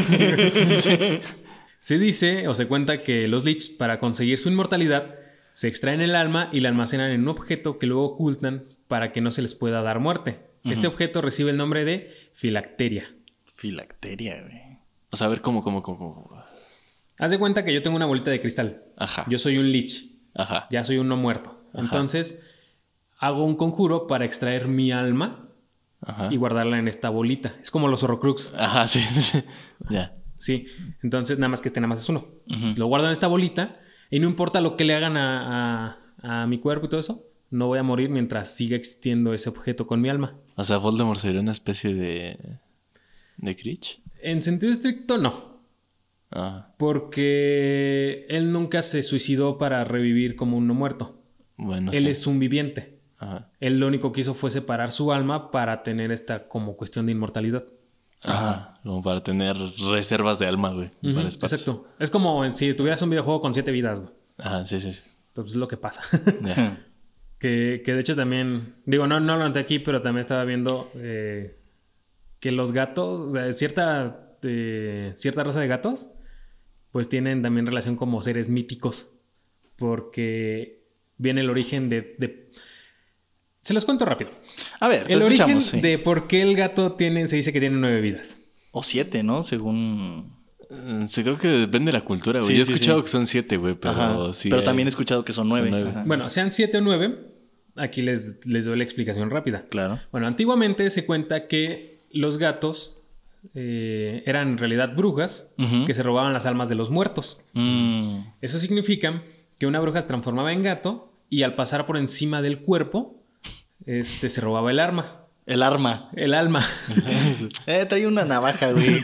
Se dice o se cuenta que los Lich, para conseguir su inmortalidad, se extraen el alma y la almacenan en un objeto que luego ocultan para que no se les pueda dar muerte. Este objeto recibe el nombre de filacteria. Filacteria, güey. O sea, a ver cómo. Haz de cuenta que yo tengo una bolita de cristal. Ajá. Yo soy un Lich. Ajá. Ya soy un no muerto. Entonces, hago un conjuro para extraer mi alma Ajá. y guardarla en esta bolita. Es como los Horrocrux. Ajá, sí. Ya. Sí. Entonces, nada más es uno. Lo guardo en esta bolita y no importa lo que le hagan a mi cuerpo y todo eso, no voy a morir mientras siga existiendo ese objeto con mi alma. O sea, Voldemort sería una especie de Critch. En sentido estricto, no. Ajá. Porque él nunca se suicidó para revivir como un no muerto. Bueno, Él sí. es un viviente. Ajá. Él lo único que hizo fue separar su alma para tener esta como cuestión de inmortalidad. Ajá. Como para tener reservas de alma, güey. Para el espacio. Exacto. Es como si tuvieras un videojuego con 7 vidas, güey. Ajá, sí. Entonces es lo que pasa. Ya. que de hecho también... Digo, no lo noté aquí, pero también estaba viendo que los gatos... O sea, cierta raza de gatos pues tienen también relación como seres míticos. Porque viene el origen de... Se los cuento rápido. A ver, te El origen escuchamos, sí. de por qué el gato se dice que tiene 9 vidas. O 7, ¿no? Según... Sí, creo que depende de la cultura, güey. Sí, Yo he sí, escuchado sí. que son 7, güey, pero Ajá. sí. Pero también he escuchado que son 9. Son 9. Ajá. Bueno, sean 7 o 9, aquí les doy la explicación rápida. Claro. Bueno, antiguamente se cuenta que los gatos eran en realidad brujas que se robaban las almas de los muertos. Eso significa que una bruja se transformaba en gato y al pasar por encima del cuerpo, se robaba el arma. El arma. El alma. Trae una navaja, güey.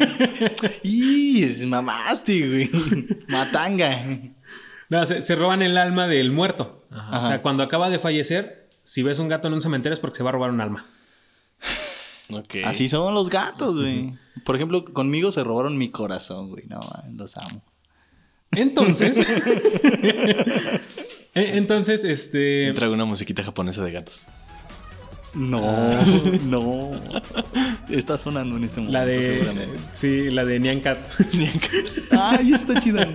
Mamaste, güey. Matanga. No, se roban el alma del muerto. Ajá. O sea, cuando acaba de fallecer, si ves un gato en un cementerio es porque se va a robar un alma. Ok. Así son los gatos, güey. Por ejemplo, conmigo se robaron mi corazón, güey. No, los amo. Entonces... Yo traigo una musiquita japonesa de gatos. No. Está sonando en este momento, La de... seguramente. Sí, la de Nyan Cat. Ay, está chida.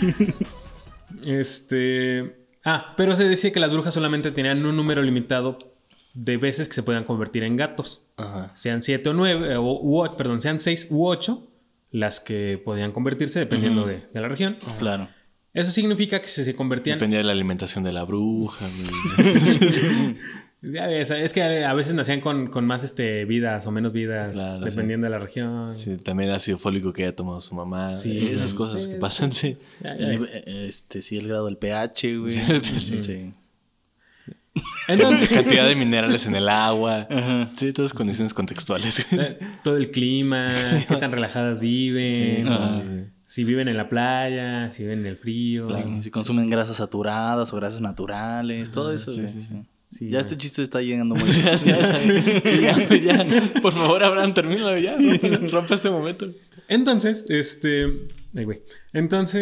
Pero se decía que las brujas solamente tenían un número limitado de veces que se podían convertir en gatos. Ajá. Sean 7 o 9, sean 6 u 8 las que podían convertirse dependiendo de la región. Claro. Eso significa que si se convertían... Dependía de la alimentación de la bruja, güey. Ya ves, es que a veces nacían con más vidas o menos vidas, Claro, dependiendo de la región. Sí, también ácido fólico que haya tomado su mamá. Sí. Esas cosas que pasan, sí. Ya ves. Sí, el grado del pH, güey. Sí. Entonces, Cantidad de minerales en el agua. Ajá. Sí, todas condiciones contextuales. todo el clima, qué tan relajadas viven, si viven en la playa, si viven en el frío. Si consumen grasas saturadas o grasas naturales, todo eso. Sí, güey. sí, sí. Sí, Ya ya. este chiste está llegando muy ya. Por favor, Abraham, termínalo ya. Rompe este momento. Entonces, ay, güey. Entonces,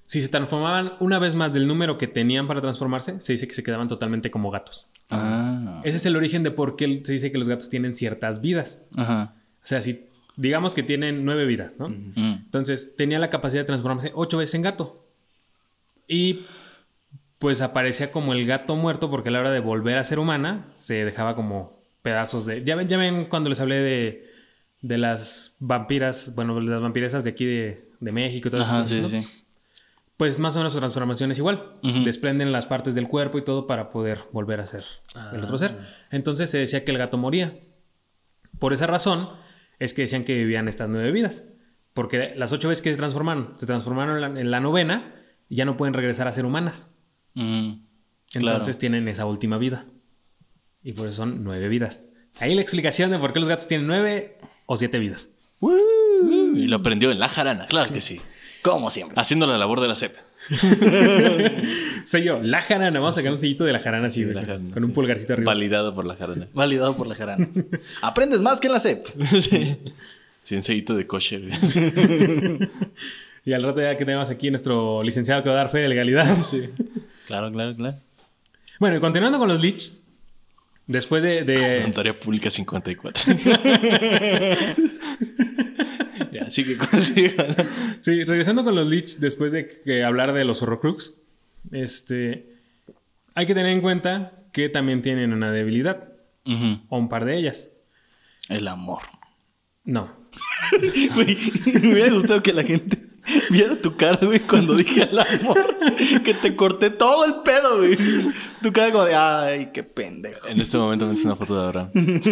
si se transformaban una vez más del número que tenían para transformarse, se dice que se quedaban totalmente como gatos. Ese es el origen de por qué se dice que los gatos tienen ciertas vidas. Ajá. O sea, si digamos que tienen 9 vidas, ¿no? Entonces tenía la capacidad de transformarse 8 veces en gato. Y pues aparecía como el gato muerto porque a la hora de volver a ser humana se dejaba como pedazos de... Ya ven cuando les hablé de las vampiras, bueno, las vampiresas de aquí de México y todo Ajá, eso. sí, ¿no? sí. Pues más o menos su transformación es igual. Desprenden las partes del cuerpo y todo para poder volver a ser el otro ser. Entonces se decía que el gato moría. Por esa razón es que decían que vivían estas 9 vidas. Porque las 8 veces que se transformaron en la 9ª y ya no pueden regresar a ser humanas. Entonces tienen esa última vida. Y por eso son 9 vidas. Ahí la explicación de por qué los gatos tienen 9 o 7 vidas. Y lo aprendió en La Jarana, claro que sí. Como siempre. Haciendo la labor de la SEP. Soy yo, La Jarana. Vamos a sacar un sellito de La Jarana así, La Jarana, con un pulgarcito arriba. Validado por La Jarana. Validado por La Jarana. Aprendes más que en la SEP. Sí, un sellito de coche. Y al rato ya que tenemos aquí nuestro licenciado que va a dar fe de legalidad. Sí. Claro. Bueno, y continuando con los Lich, después de... Notaría Pública 54. Ya, sigue consigo, ¿no? Sí, regresando con los Lich, después de hablar de los Horrocrux, hay que tener en cuenta que también tienen una debilidad. O un par de ellas. El amor. No. Güey, me hubiera gustado que la gente viera tu cara, güey, cuando dije el amor. Que te corté todo el pedo, güey. Tu cara como de, ay, qué pendejo. En este momento me hice una foto de Abraham.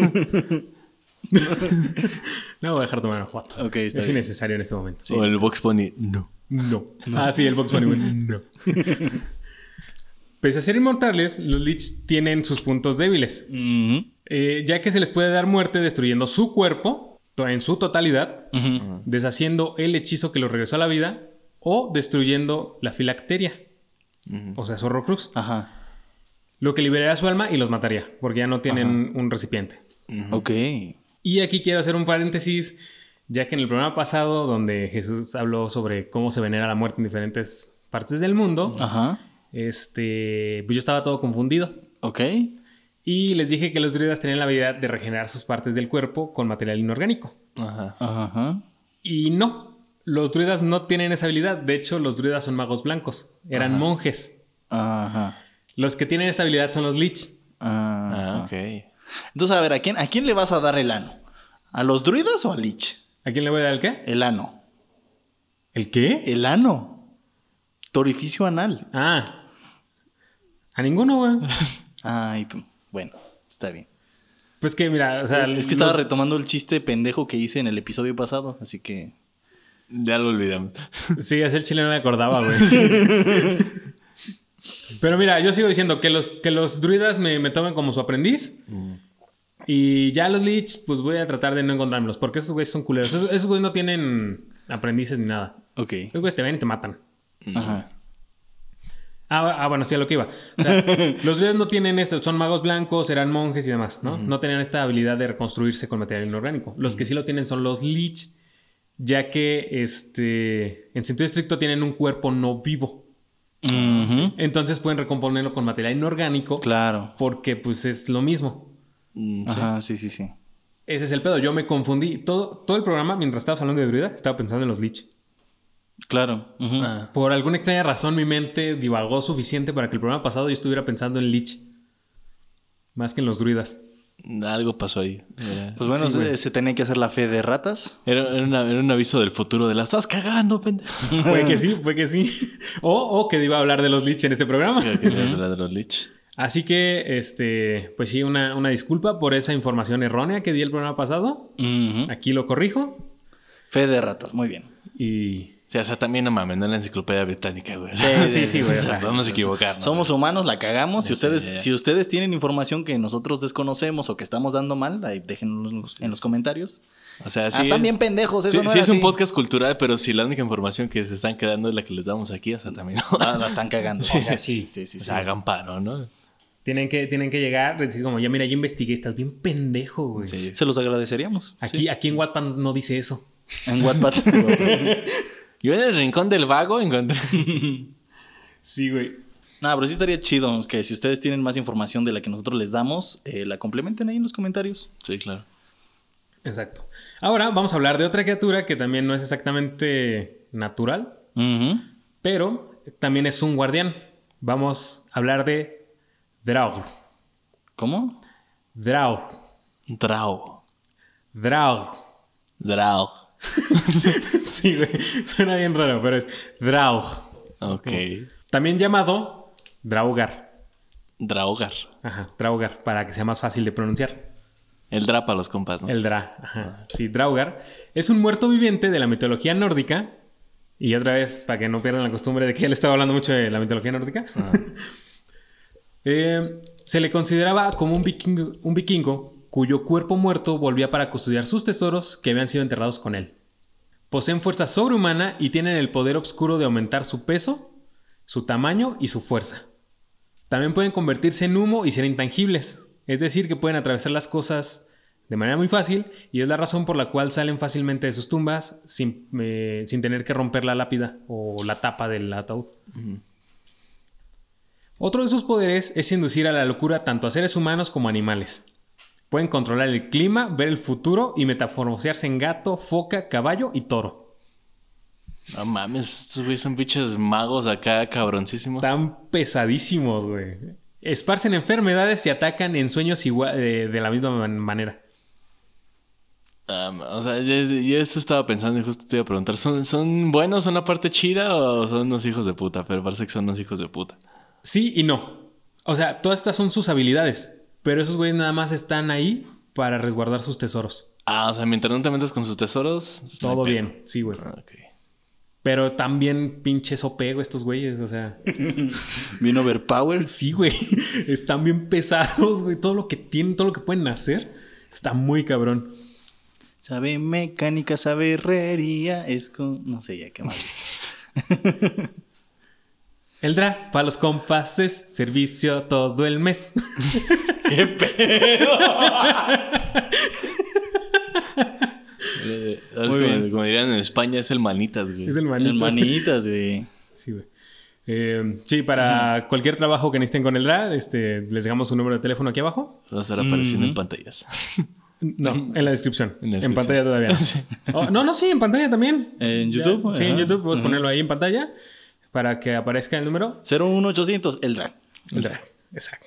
No voy a dejar tomar una foto. Ok, está es bien. innecesario en este momento. Sí. O el Box Bunny. No. Ah, sí, el Box Bunny. No. Pese a ser inmortales, los Lich tienen sus puntos débiles. Ya que se les puede dar muerte destruyendo su cuerpo en su totalidad, deshaciendo el hechizo que los regresó a la vida o destruyendo la filacteria. O sea, su Horrocrux. Ajá. Lo que liberaría su alma y los mataría, porque ya no tienen un recipiente. Ok. Y aquí quiero hacer un paréntesis, ya que en el programa pasado, donde Jesús habló sobre cómo se venera la muerte en diferentes partes del mundo, Ajá. pues yo estaba todo confundido. Ok. Y les dije que los druidas tenían la habilidad de regenerar sus partes del cuerpo con material inorgánico. Ajá. Y no, los druidas no tienen esa habilidad. De hecho, los druidas son magos blancos. Eran monjes. Ajá. Los que tienen esta habilidad son los Lich. Ajá. Ok. Entonces, a ver, ¿a quién le vas a dar el ano? ¿A los druidas o a Lich? ¿A quién le voy a dar el qué? El ano. ¿El qué? El ano. Tu orificio anal. Ah. A ninguno, güey. Ay, bueno, está bien. Pues que mira, o sea... Es que estaba retomando el chiste pendejo que hice en el episodio pasado, así que... Ya lo olvidamos. Sí, ese el chile no me acordaba, güey. Pero mira, yo sigo diciendo que los druidas me tomen como su aprendiz. Y ya los Lich, pues voy a tratar de no encontrármelos. Porque esos güeyes son culeros. Esos güeyes no tienen aprendices ni nada. Ok. Esos güeyes te ven y te matan. Ajá. Bueno, sí, a lo que iba. O sea, los druidas no tienen esto. Son magos blancos, eran monjes y demás, ¿no? No tenían esta habilidad de reconstruirse con material inorgánico. Los que sí lo tienen son los Lich. Ya que, en sentido estricto, tienen un cuerpo no vivo. Entonces pueden recomponerlo con material inorgánico. Claro. Porque pues es lo mismo. Ajá, sí. Ese es el pedo. Yo me confundí. Todo el programa, mientras estabas hablando de druidas, estaba pensando en los Lich. Claro. Por alguna extraña razón mi mente divagó suficiente para que el programa pasado yo estuviera pensando en Lich. Más que en los druidas. Algo pasó ahí. Pues bueno, Sí, se tenía que hacer la fe de ratas. Era un aviso del futuro de la estás cagando, pendejo. Puede que sí. O que iba a hablar de los Lich en este programa. Que era de los Lich. Así que, pues sí, una disculpa por esa información errónea que di el programa pasado. Aquí lo corrijo. Fe de ratas, muy bien. Y... O sea, también no mames, no es la enciclopedia británica, güey. Sí, güey. Vamos a equivocarnos. Somos humanos, la cagamos. Si Sí, si ustedes tienen información que nosotros desconocemos o que estamos dando mal, ahí déjenlo en los comentarios. O sea, sí. Están bien pendejos, eso sí, no sí era es un así. podcast cultural, pero si la única información que se están quedando es la que les damos aquí, o sea, también no. La están cagando. Sí. O sea, hagan paro, ¿no? Tienen que llegar, decir como, ya mira, yo investigué, estás bien pendejo, güey. Sí. Se los agradeceríamos. Aquí en Wattpad no dice eso. En Wattpad. Yo en el rincón del vago encontré... Sí, güey. No, pero sí estaría chido que si ustedes tienen más información de la que nosotros les damos, la complementen ahí en los comentarios. Sí, claro. Exacto. Ahora vamos a hablar de otra criatura que también no es exactamente natural, pero también es un guardián. Vamos a hablar de Draugr. ¿Cómo? Draugr. Draug. Sí, güey. Suena bien raro, pero es Draugr. Ok. También llamado Draugar. Draugar. Ajá, Draugar, para que sea más fácil de pronunciar. El Dra para los compas, ¿no? El Dra, ajá. Sí, Draugar es un muerto viviente de la mitología nórdica. Y otra vez, para que no pierdan la costumbre de que él estaba hablando mucho de la mitología nórdica. Se le consideraba como un vikingo cuyo cuerpo muerto volvía para custodiar sus tesoros que habían sido enterrados con él. Poseen fuerza sobrehumana y tienen el poder oscuro de aumentar su peso, su tamaño y su fuerza. También pueden convertirse en humo y ser intangibles. Es decir, que pueden atravesar las cosas de manera muy fácil y es la razón por la cual salen fácilmente de sus tumbas sin tener que romper la lápida o la tapa del ataúd. Otro de sus poderes es inducir a la locura tanto a seres humanos como a animales. Pueden controlar el clima, ver el futuro y metamorfosearse en gato, foca, caballo y toro. No mames, estos güeyes son bichos magos acá cabroncísimos. Están pesadísimos, güey. Esparcen enfermedades y atacan en sueños igual, de la misma manera. O sea, yo eso estaba pensando y justo te iba a preguntar. ¿Son buenos, son la parte chida o son unos hijos de puta? Pero parece que son unos hijos de puta. Sí y no. O sea, todas estas son sus habilidades. Pero esos güeyes nada más están ahí para resguardar sus tesoros. O sea, mientras no te metas con sus tesoros... Todo bien, sí, güey. Okay. Pero también pinches OP, güey, estos güeyes, o sea... ¿Bien overpowered? Sí, güey. Están bien pesados, güey. Todo lo que tienen, todo lo que pueden hacer, está muy cabrón. Sabe mecánica, sabe herrería, es con... No sé ya qué más. El Dra, para los compases, servicio todo el mes. ¡Qué pedo! Como dirían en España, es el manitas, güey. Es el manitas. El manitas, güey. Sí, güey. Sí, para cualquier trabajo que necesiten con el Dra, les dejamos un número de teléfono aquí abajo. Va a estar apareciendo en pantallas. No, en la descripción. En la En descripción. pantalla todavía no. Sí. No, sí, en pantalla también. ¿En YouTube? Ya, sí, en Ajá. YouTube. Puedes ponerlo ahí en pantalla para que aparezca el número. 01800, el drag. El Dra. Exacto.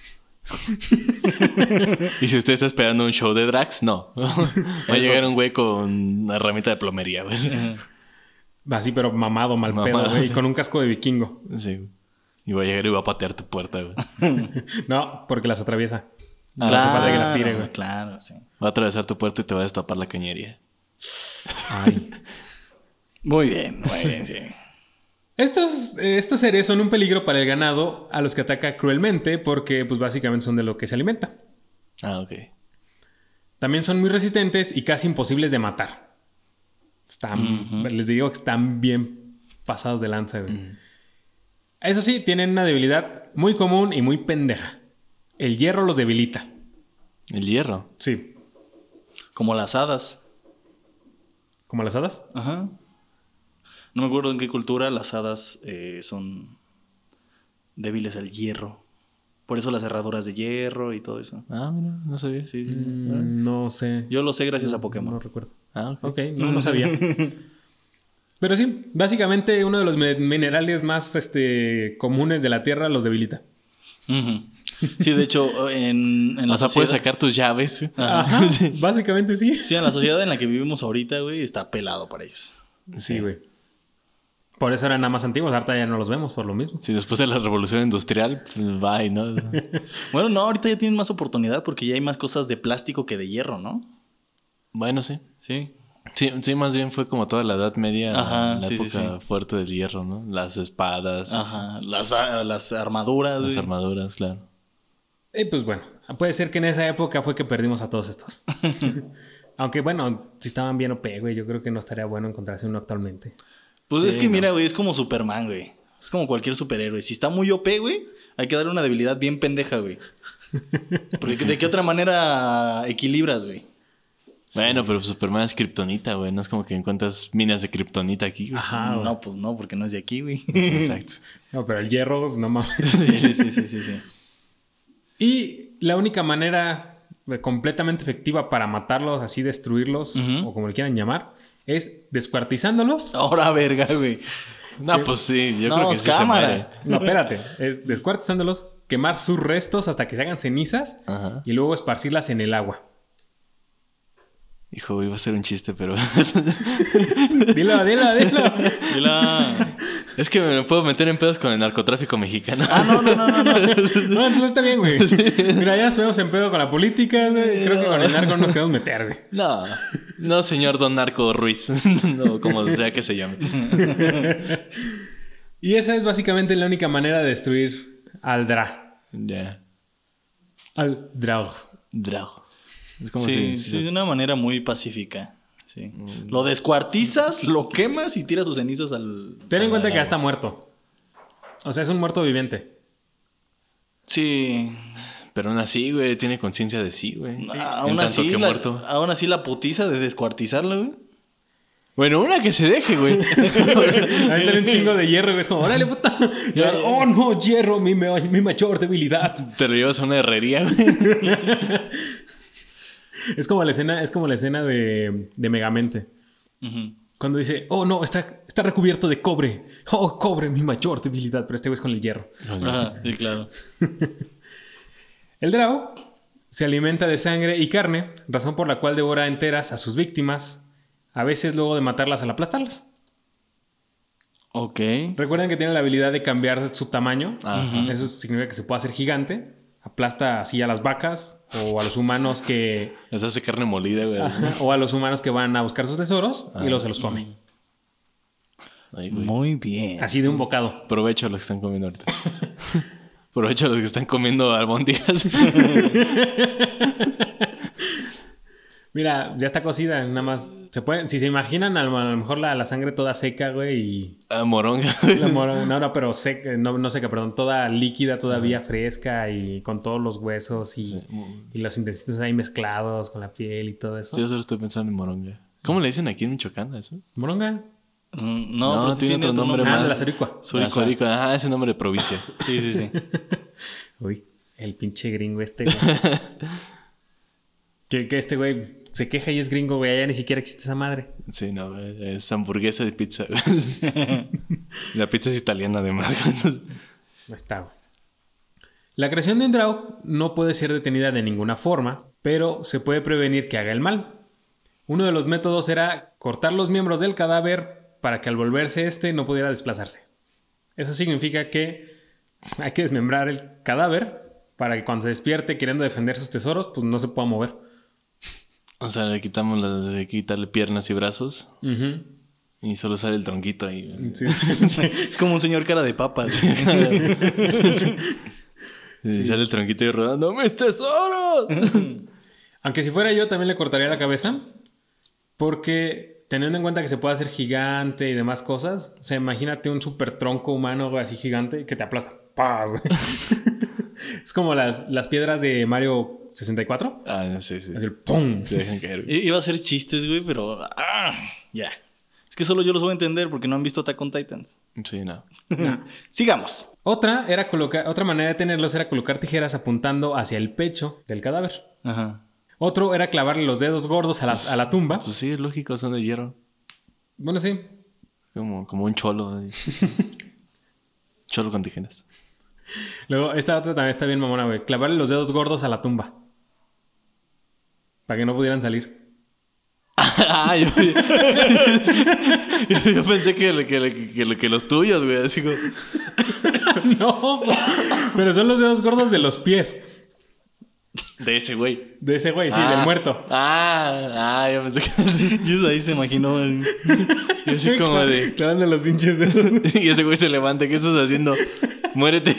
Y si usted está esperando un show de drags, no. Va a llegar un güey con una herramienta de plomería, güey. Así, pero mamado, mal Mamado, pedo, güey. sí. Y con un casco de vikingo. Sí. Y va a llegar y va a patear tu puerta, güey. No, porque las atraviesa. No Claro, hace falta que las tire, güey. Claro, sí. Va a atravesar tu puerta y te va a destapar la cañería. Ay. Muy bien, sí. Estos seres son un peligro para el ganado a los que ataca cruelmente porque pues básicamente son de lo que se alimenta. Ok. También son muy resistentes y casi imposibles de matar. Les digo que están bien pasados de lanza, güey. Eso sí, tienen una debilidad muy común y muy pendeja. El hierro los debilita. El hierro. Sí. Como las hadas. ¿Como las hadas? Ajá. No me acuerdo en qué cultura las hadas son débiles al hierro. Por eso las cerraduras de hierro y todo eso. Mira, no sabía. Sí. No sé. Yo lo sé gracias a Pokémon. No recuerdo. Ok. Ok, no sabía. Pero sí, básicamente uno de los minerales más comunes de la Tierra los debilita. Ujú. Sí, de hecho, en la O sea, sociedad... puedes sacar tus llaves, güey. Ajá, básicamente sí. Sí, en la sociedad en la que vivimos ahorita, güey, está pelado para ellos. Sí, güey. Por eso eran nada más antiguos, ahorita ya no los vemos por lo mismo. Sí, después de la revolución industrial, pues bye, ¿no? Bueno, no, ahorita ya tienen más oportunidad porque ya hay más cosas de plástico que de hierro, ¿no? Bueno, sí. Sí. Sí, más bien fue como toda la Edad Media, Ajá, la sí, época sí. fuerte del hierro, ¿no? Las espadas, Ajá. Las armaduras, las güey. armaduras, claro. Pues bueno, puede ser que en esa época fue que perdimos a todos estos. Aunque bueno, si estaban bien OP, güey, yo creo que no estaría bueno encontrarse uno actualmente. Pues Sí, es que no. mira, güey, es como Superman, güey. Es como cualquier superhéroe. Si está muy OP, güey, hay que darle una debilidad bien pendeja, güey. Porque ¿de qué otra manera equilibras, güey? Bueno, pero Superman es kriptonita, güey. No es como que encuentras minas de kriptonita aquí, güey. Ajá, güey. No, pues no, porque no es de aquí, güey. Exacto. No, pero el hierro, no mames. Sí. Y la única manera completamente efectiva para matarlos, así destruirlos, o como le quieran llamar, es descuartizándolos. Ahora, verga, güey. No, pues sí, yo No, creo que es sí se cámara. muere. No, espérate. Es descuartizándolos, quemar sus restos hasta que se hagan cenizas Ajá. y luego esparcirlas en el agua. Hijo, iba a ser un chiste, pero... Dilo. Dila. Es que me puedo meter en pedos con el narcotráfico mexicano. No. No, entonces está bien, güey. Mira, ya nos vemos en pedo con la política, güey. Creo que con el narco nos queremos meter, güey. No, señor Don Narco Ruiz. No, como sea que se llame. Y esa es básicamente la única manera de destruir al Dra. Ya. Al Drag. Drago. Es como Sí, de una manera muy pacífica. Sí. Lo descuartizas, lo quemas y tiras sus cenizas al... Ten en cuenta que ya está muerto. O sea, es un muerto viviente. Sí. Pero aún así, güey, tiene conciencia de sí, güey. Aún así la putiza de descuartizarlo, güey. Bueno, una que se deje, güey. Ahí tiene un chingo de hierro, güey. Es como, órale, puta. Y ahora, oh, no, hierro, mi mayor debilidad. Te lo llevas a una herrería, güey. Es como la escena de Megamente. Cuando dice, oh, no, está recubierto de cobre. Oh, cobre, mi mayor debilidad. Pero este güey es con el hierro. Ajá, sí, claro. El Drao se alimenta de sangre y carne, razón por la cual devora enteras a sus víctimas, a veces luego de matarlas al aplastarlas. Ok. Recuerden que tiene la habilidad de cambiar su tamaño. Ajá. Eso significa que se puede hacer gigante. Aplasta así a las vacas o a los humanos que... Les hace carne molida, güey. o a los humanos que van a buscar sus tesoros y luego se los come. Ay, güey. Muy bien. Así de un bocado. Provecho a los que están comiendo ahorita. Provecho a los que están comiendo albóndigas. Mira, ya está cocida, nada más. Se puede, si se imaginan, a lo mejor la sangre toda seca, güey, y... Moronga. No, pero seca, no seca, perdón, toda líquida, todavía fresca y con todos los huesos y los intestinos ahí mezclados con la piel y todo eso. Sí, yo solo estoy pensando en moronga. ¿Cómo le dicen aquí en Michoacán a eso? ¿Moronga? No, pero sí tiene otro nombre más. La Saricua. Saricua. Ese nombre de provincia. Sí. Uy, el pinche gringo este, güey. que este güey se queja y es gringo, güey. Allá ni siquiera existe esa madre. Sí, no, güey. Es hamburguesa de pizza, güey. La pizza es italiana, además. No está, güey. La creación de un Drao no puede ser detenida de ninguna forma, pero se puede prevenir que haga el mal. Uno de los métodos era cortar los miembros del cadáver para que al volverse no pudiera desplazarse. Eso significa que hay que desmembrar el cadáver para que cuando se despierte queriendo defender sus tesoros, pues no se pueda mover. O sea, le quitarle piernas y brazos. Y solo sale el tronquito ahí. Sí. Es como un señor cara de papas. Y sale el tronquito y rodando ¡mis tesoros! Aunque si fuera yo también le cortaría la cabeza. Porque teniendo en cuenta que se puede hacer gigante y demás cosas, o sea, imagínate un super tronco humano, güey, así gigante que te aplasta. ¡Paz, güey! Es como las piedras de Mario 64. Ah, sí. Así el ¡pum! Se dejan caer, güey. Iba a ser chistes, güey, pero... ya. Es que solo yo los voy a entender porque no han visto Attack on Titans. Sí, no. Sigamos. Otra manera de tenerlos era colocar tijeras apuntando hacia el pecho del cadáver. Ajá. Otro era clavarle los dedos gordos a la tumba. Pues sí, es lógico, son de hierro. Bueno, sí. Como un cholo. Ahí. Cholo con tijeras. Luego, esta otra también está bien mamona, güey. Clavarle los dedos gordos a la tumba. Para que no pudieran salir. Yo pensé que los tuyos, güey. Así como... No, pero son los dedos gordos de los pies. De ese güey. De ese güey, sí, del muerto. Yo pensé que... Y ahí se imaginó. Yo así como de... Clavando los pinches dedos. Y ese güey se levanta. ¿Qué estás haciendo? Muérete.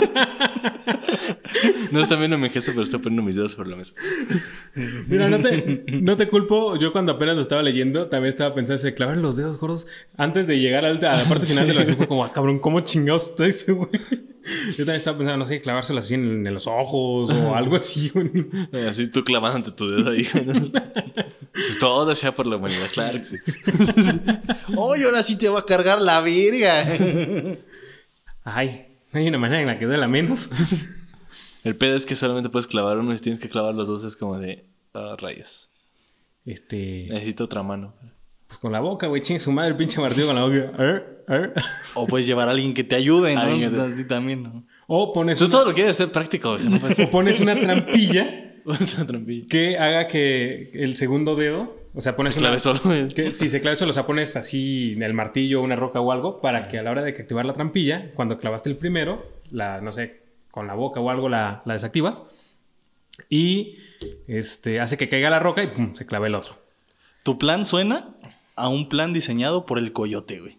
No está viendo mi gesto, pero está poniendo mis dedos sobre la mesa. Mira, no te culpo. Yo cuando apenas lo estaba leyendo, también estaba pensando si clavar los dedos gordos antes de llegar a la parte final de la versión. Fue como, cabrón, ¿cómo chingados está ese güey? Yo también estaba pensando, no sé, clavárselo así en los ojos o algo así, güey. Así tú clavándote tu dedo ahí. Todo sea por la humanidad, claro que sí. ¡Oye, ahora sí te va a cargar la verga! Ay, hay una manera en la que duela menos. El pedo es que solamente puedes clavar uno y si tienes que clavar los dos es como de... rayos. Necesito otra mano. Pues con la boca, güey. Chingue su madre el pinche martillo con la boca. O puedes llevar a alguien que te ayude, ¿no? Alguien que te- Así también, ¿no? O pones Tú todo lo quieres hacer práctico, güey. No puedes o pones una trampilla hacer trampilla. que haga que el segundo dedo, o sea, pones Se clave solo, güey. que si se clave solo, o sea, pones así en el martillo, una roca o algo, para que a la hora de que activar la trampilla, cuando clavaste el primero, no sé, con la boca o algo la desactivas y hace que caiga la roca y pum, se clave el otro. Tu plan suena a un plan diseñado por el coyote, güey.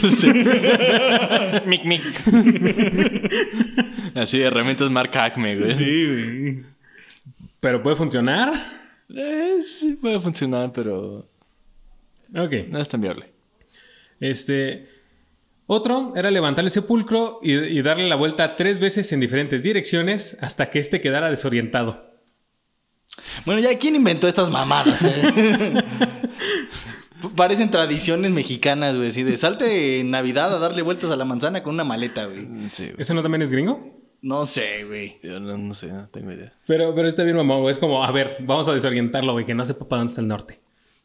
Mic, mic. Así de herramientas marca Acme, güey. Sí, güey. Pero puede funcionar. Sí puede funcionar, pero Ok. no es tan viable. Otro era levantar el sepulcro y darle la vuelta 3 veces en diferentes direcciones hasta que quedara desorientado. Bueno, ya, ¿quién inventó estas mamadas? Parecen tradiciones mexicanas, güey. Así de salte en Navidad a darle vueltas a la manzana con una maleta, güey. Sí, güey. ¿Eso no también es gringo? No sé, güey. Yo no sé, no tengo idea. Pero está bien, mamá, güey. Es como, a ver, vamos a desorientarlo, güey, que no sepa para dónde está el norte.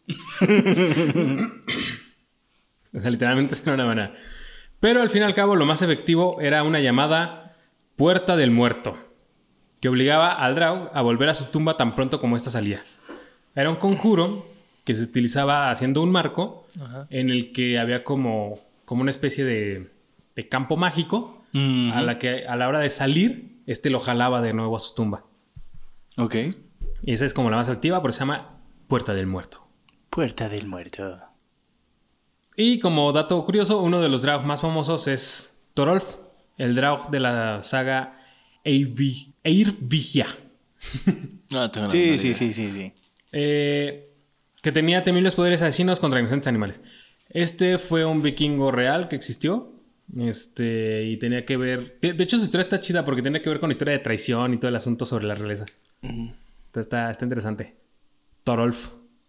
O sea, literalmente es una manera. Pero al fin y al cabo, lo más efectivo era una llamada Puerta del Muerto, que obligaba al Draug a volver a su tumba tan pronto como ésta salía. Era un conjuro que se utilizaba haciendo un marco en el que había como una especie de campo mágico a la hora de salir, lo jalaba de nuevo a su tumba. Ok. Y esa es como la más efectiva, pero se llama Puerta del Muerto. Puerta del Muerto. Y como dato curioso, uno de los Draug más famosos es Thorolf, el Draug de la saga Eirvigia. No tengo Sí, nada. sí. Que tenía temibles poderes asesinos contra inocentes animales. Fue un vikingo real que existió. Y tenía que ver... De hecho, su historia está chida porque tiene que ver con la historia de traición y todo el asunto sobre la realeza. Entonces está interesante. Thorolf.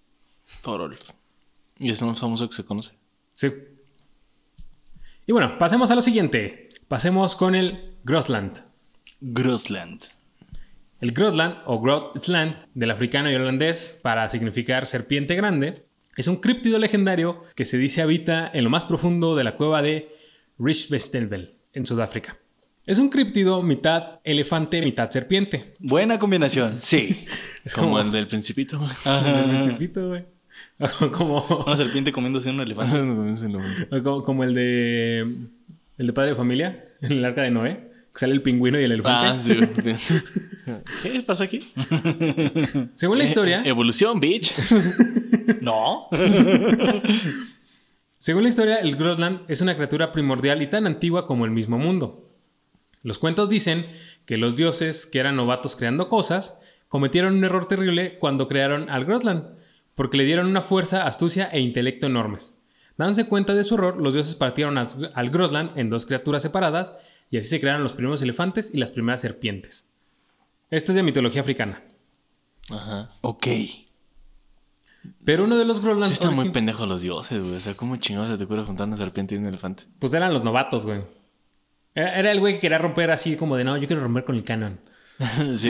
Y es el más famoso que se conoce. Sí. Y bueno, pasemos a lo siguiente. Pasemos con el Grosland. Grosland. El Grosland o Grotsland, del africano y holandés para significar serpiente grande, es un críptido legendario que se dice habita en lo más profundo de la cueva de Richbestelsel, en Sudáfrica. Es un críptido mitad elefante, mitad serpiente. Buena combinación, sí. Es como el del Principito. El Principito, güey. Como Una serpiente comiéndose un elefante. como el de Padre de Familia, en el Arca de Noé, que sale el pingüino y el elefante. ¿Qué pasa aquí? Según la historia... Evolución, bitch. No. Según la historia, el Grosland es una criatura primordial y tan antigua como el mismo mundo. Los cuentos dicen que los dioses, que eran novatos creando cosas, cometieron un error terrible cuando crearon al Grosland, porque le dieron una fuerza, astucia e intelecto enormes. Dándose cuenta de su error, los dioses partieron al Grosland en 2 criaturas separadas y así se crearon los primeros elefantes y las primeras serpientes. Esto es de mitología africana. Ajá. Ok. Pero uno de los Grosland... Sí están muy pendejos los dioses, güey. O sea, ¿cómo chingados se te ocurre juntar una serpiente y un elefante? Pues eran los novatos, güey. Era el güey que quería romper así como de, no, yo quiero romper con el canon. Sí.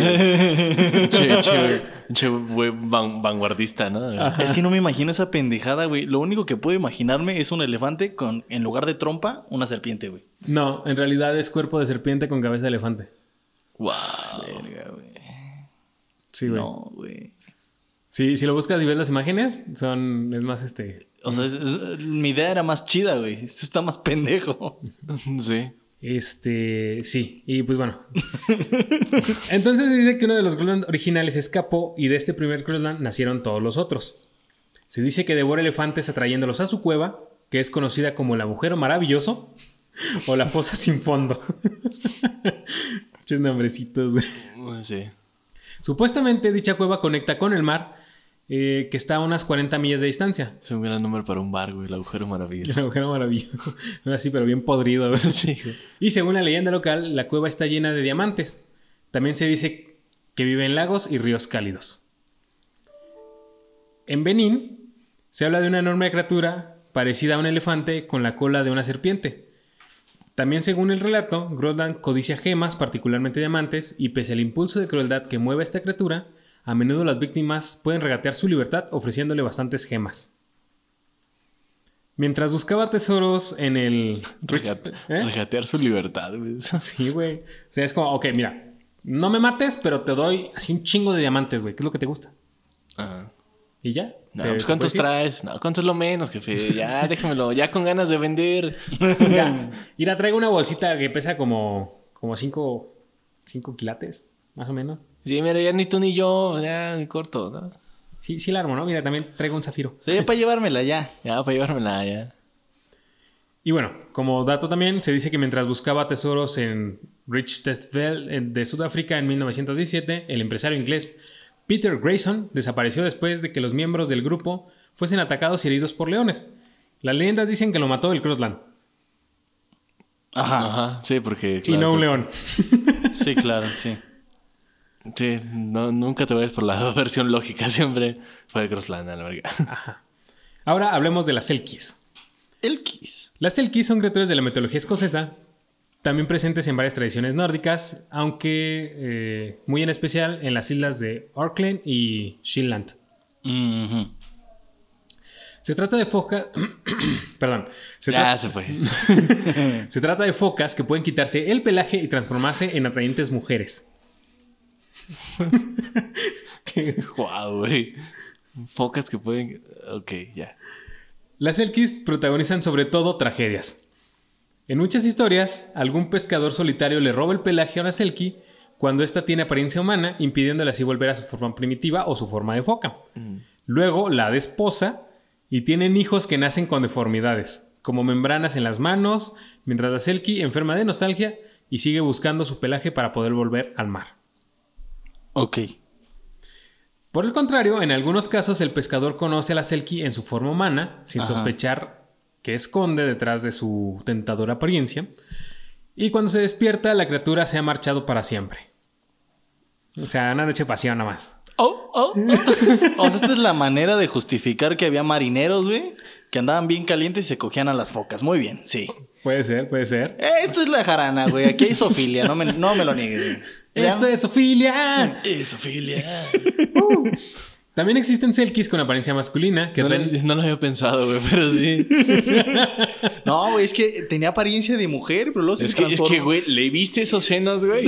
Che, güey, vanguardista, ¿no? Es que no me imagino esa pendejada, güey. Lo único que puedo imaginarme es un elefante con, en lugar de trompa, una serpiente, güey. No, en realidad es cuerpo de serpiente con cabeza de elefante. Wow. Verga, güey. Sí, güey. No, güey. Sí, si lo buscas y ves las imágenes, es más O sea, mi idea era más chida, güey. Esto está más pendejo. Sí. Sí, y pues bueno. Entonces se dice que uno de los Grosland originales escapó y de este primer Grosland nacieron todos los otros. Se dice que devora elefantes atrayéndolos a su cueva, que es conocida como el agujero maravilloso o la fosa sin fondo. Muchos nombrecitos, güey. Sí. Supuestamente dicha cueva conecta con el mar, que está a unas 40 millas de distancia. Es un gran nombre para un bar, güey. El agujero maravilloso. El agujero maravilloso. Así, pero bien podrido, güey. Sí, güey. Y según la leyenda local, la cueva está llena de diamantes. También se dice que vive en lagos y ríos cálidos. En Benín se habla de una enorme criatura parecida a un elefante con la cola de una serpiente. También según el relato, Groenland codicia gemas, particularmente diamantes, y pese al impulso de crueldad que mueve a esta criatura, a menudo las víctimas pueden regatear su libertad ofreciéndole bastantes gemas. Mientras buscaba tesoros en el... Regatear su libertad, güey. Sí, güey. O sea, es como, ok, mira, no me mates, pero te doy así un chingo de diamantes, güey. ¿Qué es lo que te gusta? Ajá. ¿Y ya? No, pues ¿cuántos traes? No, ¿cuánto es lo menos, jefe? Ya, déjamelo, ya con ganas de vender. Mira, traigo una bolsita que pesa como 5 quilates, más o menos. Sí, mira, ya ni tú ni yo, ya ni corto, ¿no? Sí, sí la armo, ¿no? Mira, también traigo un zafiro. Sí, para llevármela ya. Ya, para llevármela, ya. Y bueno, como dato también, se dice que mientras buscaba tesoros en Richtersveld de Sudáfrica en 1917, el empresario inglés Peter Grayson desapareció después de que los miembros del grupo fuesen atacados y heridos por leones. Las leyendas dicen que lo mató el Crosland. Ajá, sí, porque... Claro, y no un león. Sí, claro, sí. Sí, no, nunca te vayas por la versión lógica, siempre fue de Crosland, a la verga. Ajá. Ahora hablemos de las Selkies. Elkis. Las Selkies son criaturas de la mitología escocesa, también presentes en varias tradiciones nórdicas, aunque muy en especial en las islas de Orkney y Shetland. Uh-huh. Se trata de focas... Perdón. Se fue. Se trata de focas que pueden quitarse el pelaje y transformarse en atrayentes mujeres. Guau, güey. Focas que pueden... Ok, ya. Las Selkies protagonizan sobre todo tragedias. En muchas historias, algún pescador solitario le roba el pelaje a una Selkie cuando ésta tiene apariencia humana, impidiéndole así volver a su forma primitiva o su forma de foca. Luego la desposa y tienen hijos que nacen con deformidades, como membranas en las manos, mientras la Selkie enferma de nostalgia y sigue buscando su pelaje para poder volver al mar. Ok. Por el contrario, en algunos casos el pescador conoce a la Selkie en su forma humana, sin sospechar que esconde detrás de su tentadora apariencia, y cuando se despierta la criatura se ha marchado para siempre. O sea, una noche de pasión nada más. O sea, esta es la manera de justificar que había marineros, güey, que andaban bien calientes y se cogían a las focas. Muy bien, sí. Puede ser, puede ser. Esto es la jarana, güey. Aquí hay zoofilia, no me lo niegues, güey. ¡Esto es zoofilia! Es zoofilia. También existen Selkies con apariencia masculina que No lo había pensado, güey, pero sí. No, güey, es que tenía apariencia de mujer, pero luego se Es que, güey, ¿le viste esos senos, güey?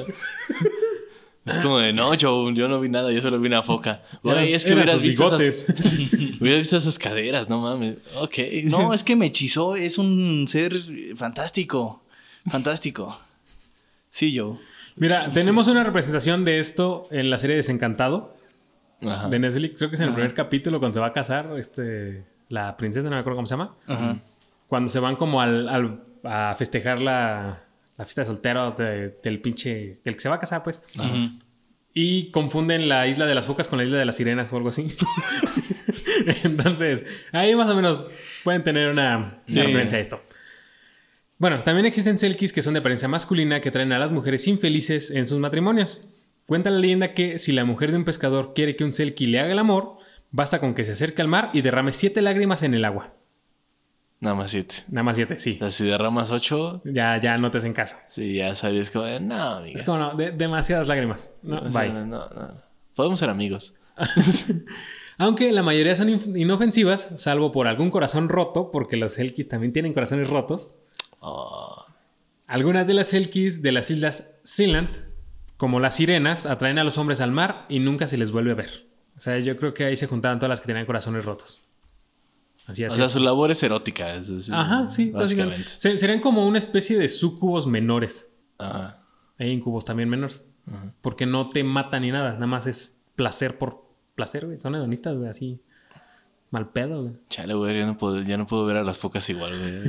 Es como de, no, yo no vi nada, yo solo vi una foca. Güey, es que hubieras visto esas caderas, no mames. Ok. No, es que me hechizó, es un ser fantástico. Fantástico. Sí, yo. Mira, tenemos una representación de esto en la serie Desencantado. Ajá. De Netflix, creo que es en el primer capítulo cuando se va a casar la princesa, no me acuerdo cómo se llama. Ajá. Cuando se van como a festejar la fiesta de soltero del pinche... El que se va a casar, pues. Ajá. Y confunden la isla de las focas con la isla de las sirenas o algo así. Entonces, ahí más o menos pueden tener una referencia a esto. Bueno, también existen Selkies que son de apariencia masculina que traen a las mujeres infelices en sus matrimonios. Cuenta la leyenda que si la mujer de un pescador quiere que un Selkie le haga el amor, basta con que se acerque al mar y derrame 7 lágrimas en el agua. Nada más 7. Nada más 7, sí. O sea, si derramas 8... Ya no te hacen caso. Sí, ya sabes como... No, amiga. Es como, no, demasiadas lágrimas. No, bye. No. Podemos ser amigos. Aunque la mayoría son inofensivas, salvo por algún corazón roto, porque los Selkies también tienen corazones rotos. Oh. Algunas de las Selkies de las islas Sealand, como las sirenas, atraen a los hombres al mar y nunca se les vuelve a ver. O sea, yo creo que ahí se juntaban todas las que tenían corazones rotos. Así. O sea, su labor es erótica. Ajá, sí, básicamente. Serían como una especie de súcubos menores. Ajá. Hay incubos también menores. Ajá. Porque no te matan ni nada. Nada más es placer por placer, güey. Son hedonistas, güey, así. Mal pedo, güey. Chale, güey, ya no puedo ver a las focas igual, güey.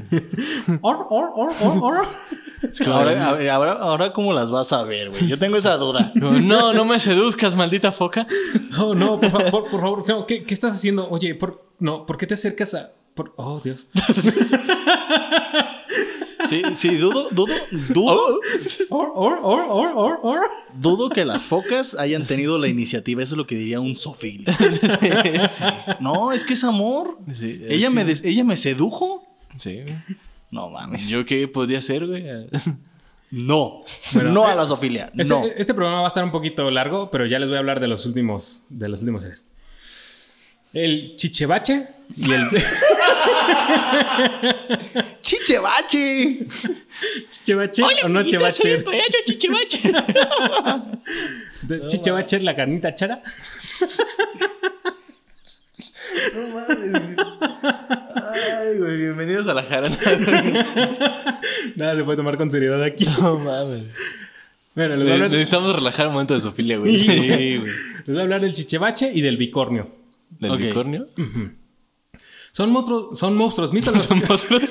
Es que ahora ¿cómo las vas a ver, güey? Yo tengo esa duda. No me seduzcas, maldita foca. No, por favor. No, ¿qué estás haciendo? Oye, ¿por qué te acercas a...? Oh, Dios. Sí, dudo. Dudo que las focas hayan tenido la iniciativa. Eso es lo que diría un zoófilo. Sí. No, es que es amor. Sí, ella me sedujo. Sí. No mames. ¿Yo qué podía hacer, güey? No. Bueno, no a la zoofilia. No. Este programa va a estar un poquito largo, pero ya les voy a hablar de los últimos seres. El chichevache y el... ¡Chichevache! ¿Chichevache o no chevache? Payacho chichevache. ¿Chichevache la carnita chara? No mames. Ay, güey, bienvenidos a la jarana. Nada se puede tomar con seriedad aquí. No mames. Bueno, les voy a hablar... Necesitamos relajar un momento de zoofilia, güey. Sí, Sí, güey. güey. Les voy a hablar del chichevache y del bicornio. ¿Del Ok. unicornio? Son monstruos mitológicos. ¿Son otros?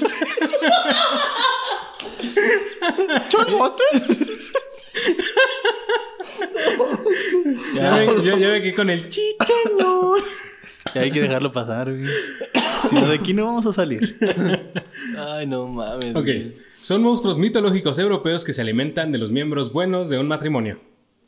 ¿Son otros? Ya ve que con el chicheno. Ya hay que dejarlo pasar, güey. Si no, de aquí no vamos a salir. Ay, no mames. Ok, güey. son monstruos mitológicos europeos que se alimentan de los miembros buenos de un matrimonio.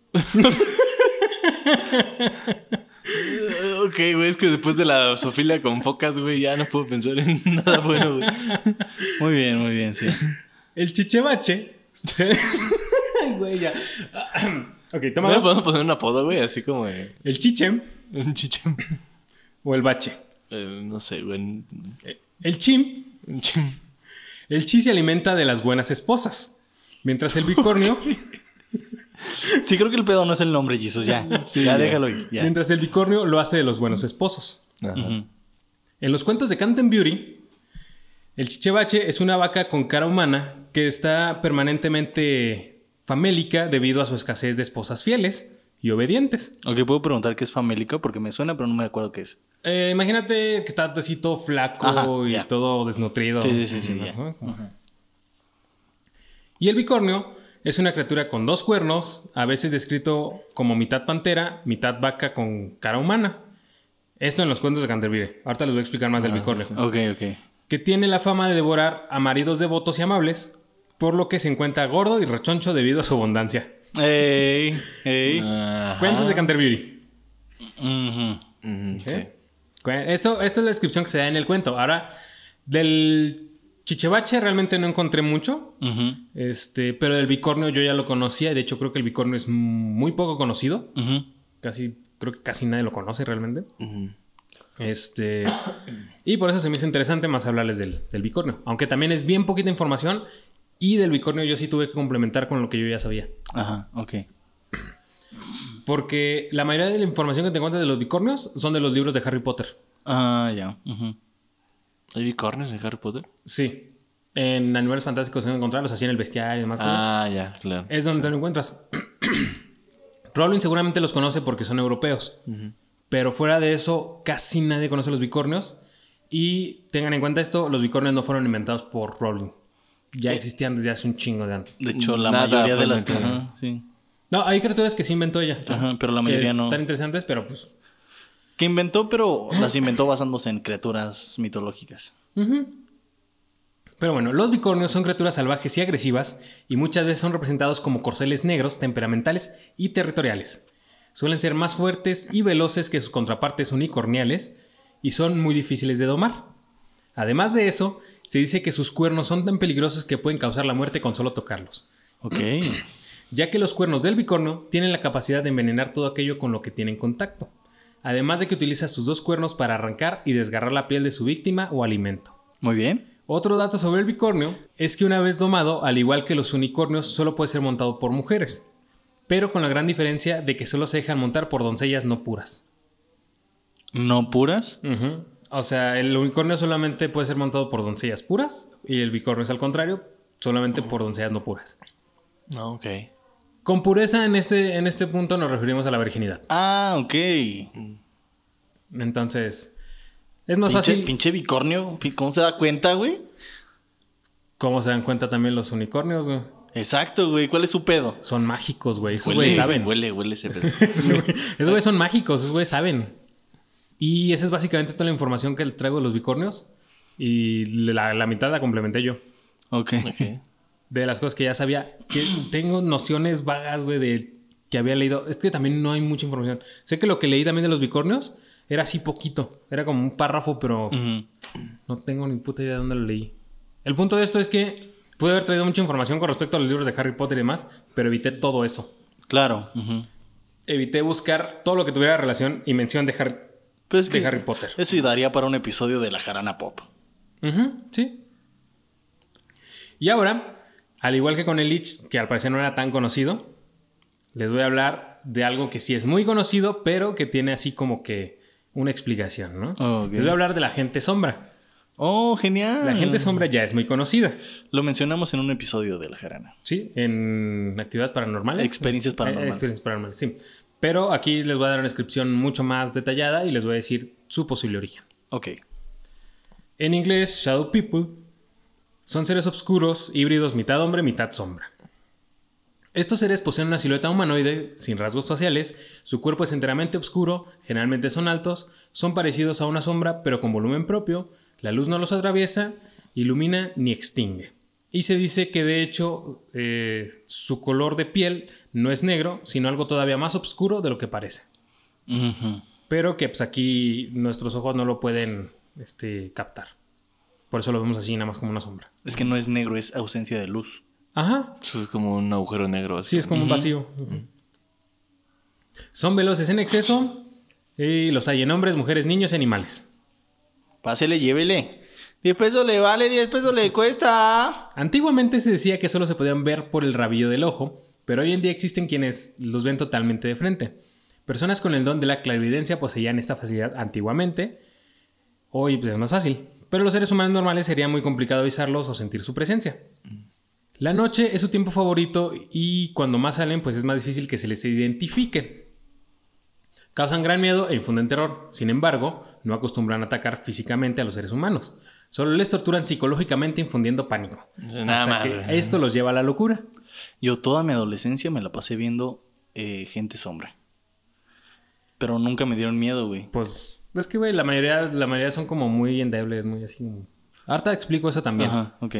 Ok, güey, es que después de la zoofilia con focas, güey, ya no puedo pensar en nada bueno, güey. Muy bien, sí. El chichevache Ay, güey, ya. Ok, toma ¿No dos. podemos poner un apodo, güey? Así como de El chiche un chichem. o el bache. No sé, güey. El chim. Un chim. El chi se alimenta de las buenas esposas. Mientras el bicornio. Sí, creo que el pedo no es el nombre, Jesus. Ya, Sí, ya ya. déjalo ir. Ya. Mientras el bicornio lo hace de los buenos esposos. Ajá. En los cuentos de Canterbury, el chichevache es una vaca con cara humana que está permanentemente famélica debido a su escasez de esposas fieles y obedientes. Ok, puedo preguntar qué es famélica porque me suena, pero no me acuerdo qué es. Imagínate que está así todo flaco Ajá, y ya. todo desnutrido. Sí, ya. Ajá. Y el bicornio es una criatura con dos cuernos, a veces descrito como mitad pantera, mitad vaca con cara humana. Esto en los cuentos de Canterbury. Ahorita les voy a explicar más del bicornio. Ok. Que tiene la fama de devorar a maridos devotos y amables, por lo que se encuentra gordo y rechoncho debido a su abundancia. Ey. Ajá. Cuentos de Canterbury. Ujú. Ujú, sí. Esta es la descripción que se da en el cuento. Ahora, del chichevache realmente no encontré mucho. Ujú. Pero del bicornio yo ya lo conocía. De hecho, creo que el bicornio es muy poco conocido. Ujú. Creo que casi nadie lo conoce realmente. Ujú. Y por eso se me hizo interesante más hablarles del bicornio. Aunque también es bien poquita información. Y del bicornio yo sí tuve que complementar con lo que yo ya sabía. Ajá, ok. Porque la mayoría de la información que te encuentras de los bicornios son de los libros de Harry Potter. Ah, ya. Ujú. ¿Hay bicornios en Harry Potter? Sí. En Animales Fantásticos se van a encontrarlos así en el bestiario y demás cosas. Ah, ya, claro. Es donde te lo encuentras. Rowling seguramente los conoce porque son europeos. Pero fuera de eso, casi nadie conoce los bicornios. Y tengan en cuenta esto, los bicornios no fueron inventados por Rowling. Ya existían desde hace un chingo de años. De hecho, la Nada mayoría fue de las... inventado. Ajá, sí. No, hay criaturas que sí inventó ella. Ajá, pero la mayoría no. Están interesantes, pero pues... Que inventó, pero las inventó basándose en criaturas mitológicas. Pero bueno, los bicornios son criaturas salvajes y agresivas y muchas veces son representados como corceles negros, temperamentales y territoriales. Suelen ser más fuertes y veloces que sus contrapartes unicorniales y son muy difíciles de domar. Además de eso, se dice que sus cuernos son tan peligrosos que pueden causar la muerte con solo tocarlos, Ok. ya que los cuernos del bicornio tienen la capacidad de envenenar todo aquello con lo que tienen contacto, además de que utiliza sus dos cuernos para arrancar y desgarrar la piel de su víctima o alimento. Muy bien. Otro dato sobre el bicornio es que una vez domado, al igual que los unicornios, solo puede ser montado por mujeres, pero con la gran diferencia de que solo se dejan montar por doncellas no puras. ¿No puras? O sea, el unicornio solamente puede ser montado por doncellas puras y el bicornio es al contrario, solamente por doncellas no puras. No, ok. Con pureza en este punto nos referimos a la virginidad. Ah, ok. Entonces, es más Pinche, fácil. pinche bicornio. ¿Cómo se da cuenta, güey? ¿Cómo se dan cuenta también los unicornios, güey? Exacto, güey. ¿Cuál es su pedo? Son mágicos, güey. Esos güeyes saben. Huele ese pedo. Esos güeyes son mágicos, esos güeyes saben. Y esa es básicamente toda la información que traigo de los bicornios. Y la mitad la complementé yo. Ok. Ok. De las cosas que ya sabía. Que tengo nociones vagas, güey, de que había leído. Es que también no hay mucha información. Sé que lo que leí también de los bicornios era así poquito. Era como un párrafo, pero no tengo ni puta idea de dónde lo leí. El punto de esto es que pude haber traído mucha información con respecto a los libros de Harry Potter y demás, pero evité todo eso. Claro. Evité buscar todo lo que tuviera relación y mención de Harry Potter. Eso daría para un episodio de La Jarana Pop. Sí. Y ahora, al igual que con el Lich, que al parecer no era tan conocido, les voy a hablar de algo que sí es muy conocido, pero que tiene así como que una explicación, ¿no? Okay. Les voy a hablar de la Agente Sombra. ¡Oh, genial! La Agente Sombra ya es muy conocida. Lo mencionamos en un episodio de La Jarana. Sí, en actividades paranormales. Experiencias paranormales. Experiencias paranormales, sí. Pero aquí les voy a dar una descripción mucho más detallada y les voy a decir su posible origen. Ok. En inglés, Shadow People son seres oscuros, híbridos, mitad hombre, mitad sombra. Estos seres poseen una silueta humanoide sin rasgos faciales, su cuerpo es enteramente oscuro, generalmente son altos, son parecidos a una sombra pero con volumen propio, la luz no los atraviesa, ilumina ni extingue. Y se dice que de hecho su color de piel no es negro, sino algo todavía más oscuro de lo que parece. Pero que pues aquí nuestros ojos no lo pueden captar. Por eso lo vemos así, nada más como una sombra. Es que no es negro, es ausencia de luz. Ajá. Eso es como un agujero negro. Así. Sí, es como un vacío. Son veloces en exceso y los hay en hombres, mujeres, niños y animales. Pásele, llévele. 10 pesos le vale, 10 pesos le cuesta. Antiguamente se decía que solo se podían ver por el rabillo del ojo, pero hoy en día existen quienes los ven totalmente de frente. Personas con el don de la clarividencia poseían esta facilidad antiguamente. Hoy pues, es más fácil. Pero los seres humanos normales sería muy complicado avisarlos o sentir su presencia. La noche es su tiempo favorito y cuando más salen pues es más difícil que se les identifiquen. Causan gran miedo e infunden terror. Sin embargo, no acostumbran a atacar físicamente a los seres humanos. Solo les torturan psicológicamente infundiendo pánico. Hasta que esto los lleva a la locura. Yo toda mi adolescencia me la pasé viendo Gente Sombra. Pero nunca me dieron miedo, güey. Pues es que, güey, la mayoría son como muy endebles, muy así. Ahorita explico eso también. Ajá, ok.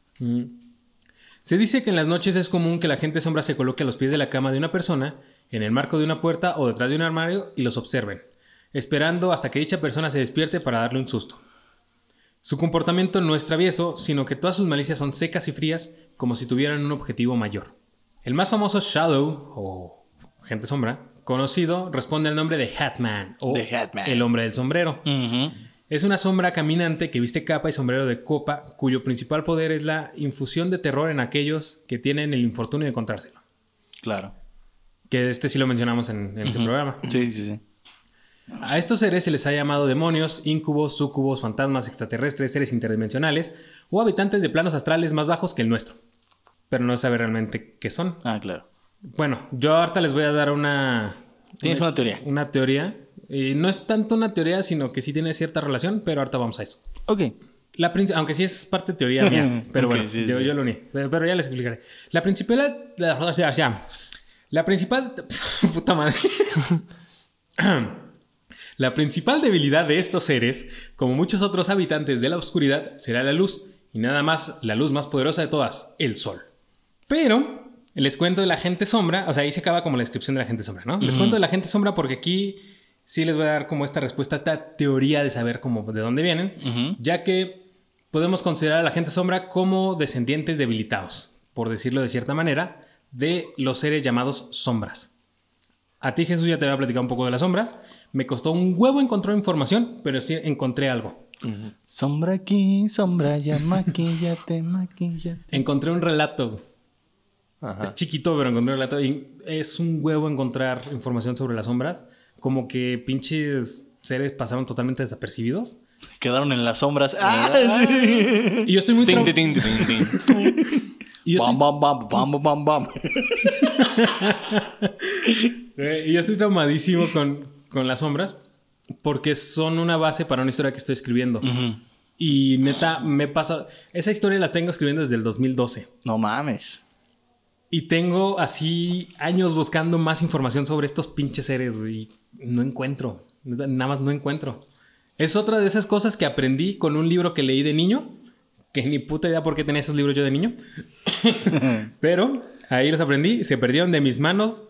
Se dice que en las noches es común que la Agente Sombra se coloque a los pies de la cama de una persona, en el marco de una puerta o detrás de un armario y los observen, esperando hasta que dicha persona se despierte para darle un susto. Su comportamiento no es travieso, sino que todas sus malicias son secas y frías, como si tuvieran un objetivo mayor. El más famoso Shadow, o Agente Sombra, conocido, responde al nombre de Hatman, o el hombre del sombrero. Es una sombra caminante que viste capa y sombrero de copa, cuyo principal poder es la infusión de terror en aquellos que tienen el infortunio de encontrárselo. Claro. Que sí lo mencionamos en ese programa. Sí. A estos seres se les ha llamado demonios, íncubos, súcubos, fantasmas extraterrestres, seres interdimensionales o habitantes de planos astrales más bajos que el nuestro. Pero no se sabe realmente qué son. Ah, claro. Bueno, yo ahorita les voy a dar ¿Tienes una teoría? Una teoría. Y no es tanto una teoría, sino que sí tiene cierta relación, pero ahorita vamos a eso. Ok. Aunque sí es parte de teoría mía. Pero okay, bueno, yo lo uní. Pero ya les explicaré. La principal... Puta madre. La principal debilidad de estos seres, como muchos otros habitantes de la oscuridad, será la luz. Y nada más, la luz más poderosa de todas, el sol. Pero... les cuento de la Agente Sombra. O sea, ahí se acaba como la descripción de la Agente Sombra, ¿no? Les cuento de la Agente Sombra porque aquí sí les voy a dar como esta respuesta, esta teoría de saber cómo, de dónde vienen. Ya que podemos considerar a la Agente Sombra como descendientes debilitados, por decirlo de cierta manera, de los seres llamados sombras. A ti, Jesús, ya te había platicado un poco de las sombras. Me costó un huevo encontrar información, pero sí encontré algo. Sombra aquí, sombra allá, maquillate. Encontré un relato. Ajá. Es chiquito, pero encontré un relato. Y es un huevo encontrar información sobre las sombras. Como que pinches seres pasaron totalmente desapercibidos. Quedaron en las sombras. Sí. Y yo estoy muy Bam. Y yo estoy traumadísimo con las sombras porque son una base para una historia que estoy escribiendo. Y neta, me pasa... Esa historia la tengo escribiendo desde el 2012. No mames. Y tengo así años buscando más información sobre estos pinches seres, y no encuentro. Nada más no encuentro. Es otra de esas cosas que aprendí con un libro que leí de niño. Que ni puta idea por qué tenía esos libros yo de niño. Pero ahí los aprendí. Se perdieron de mis manos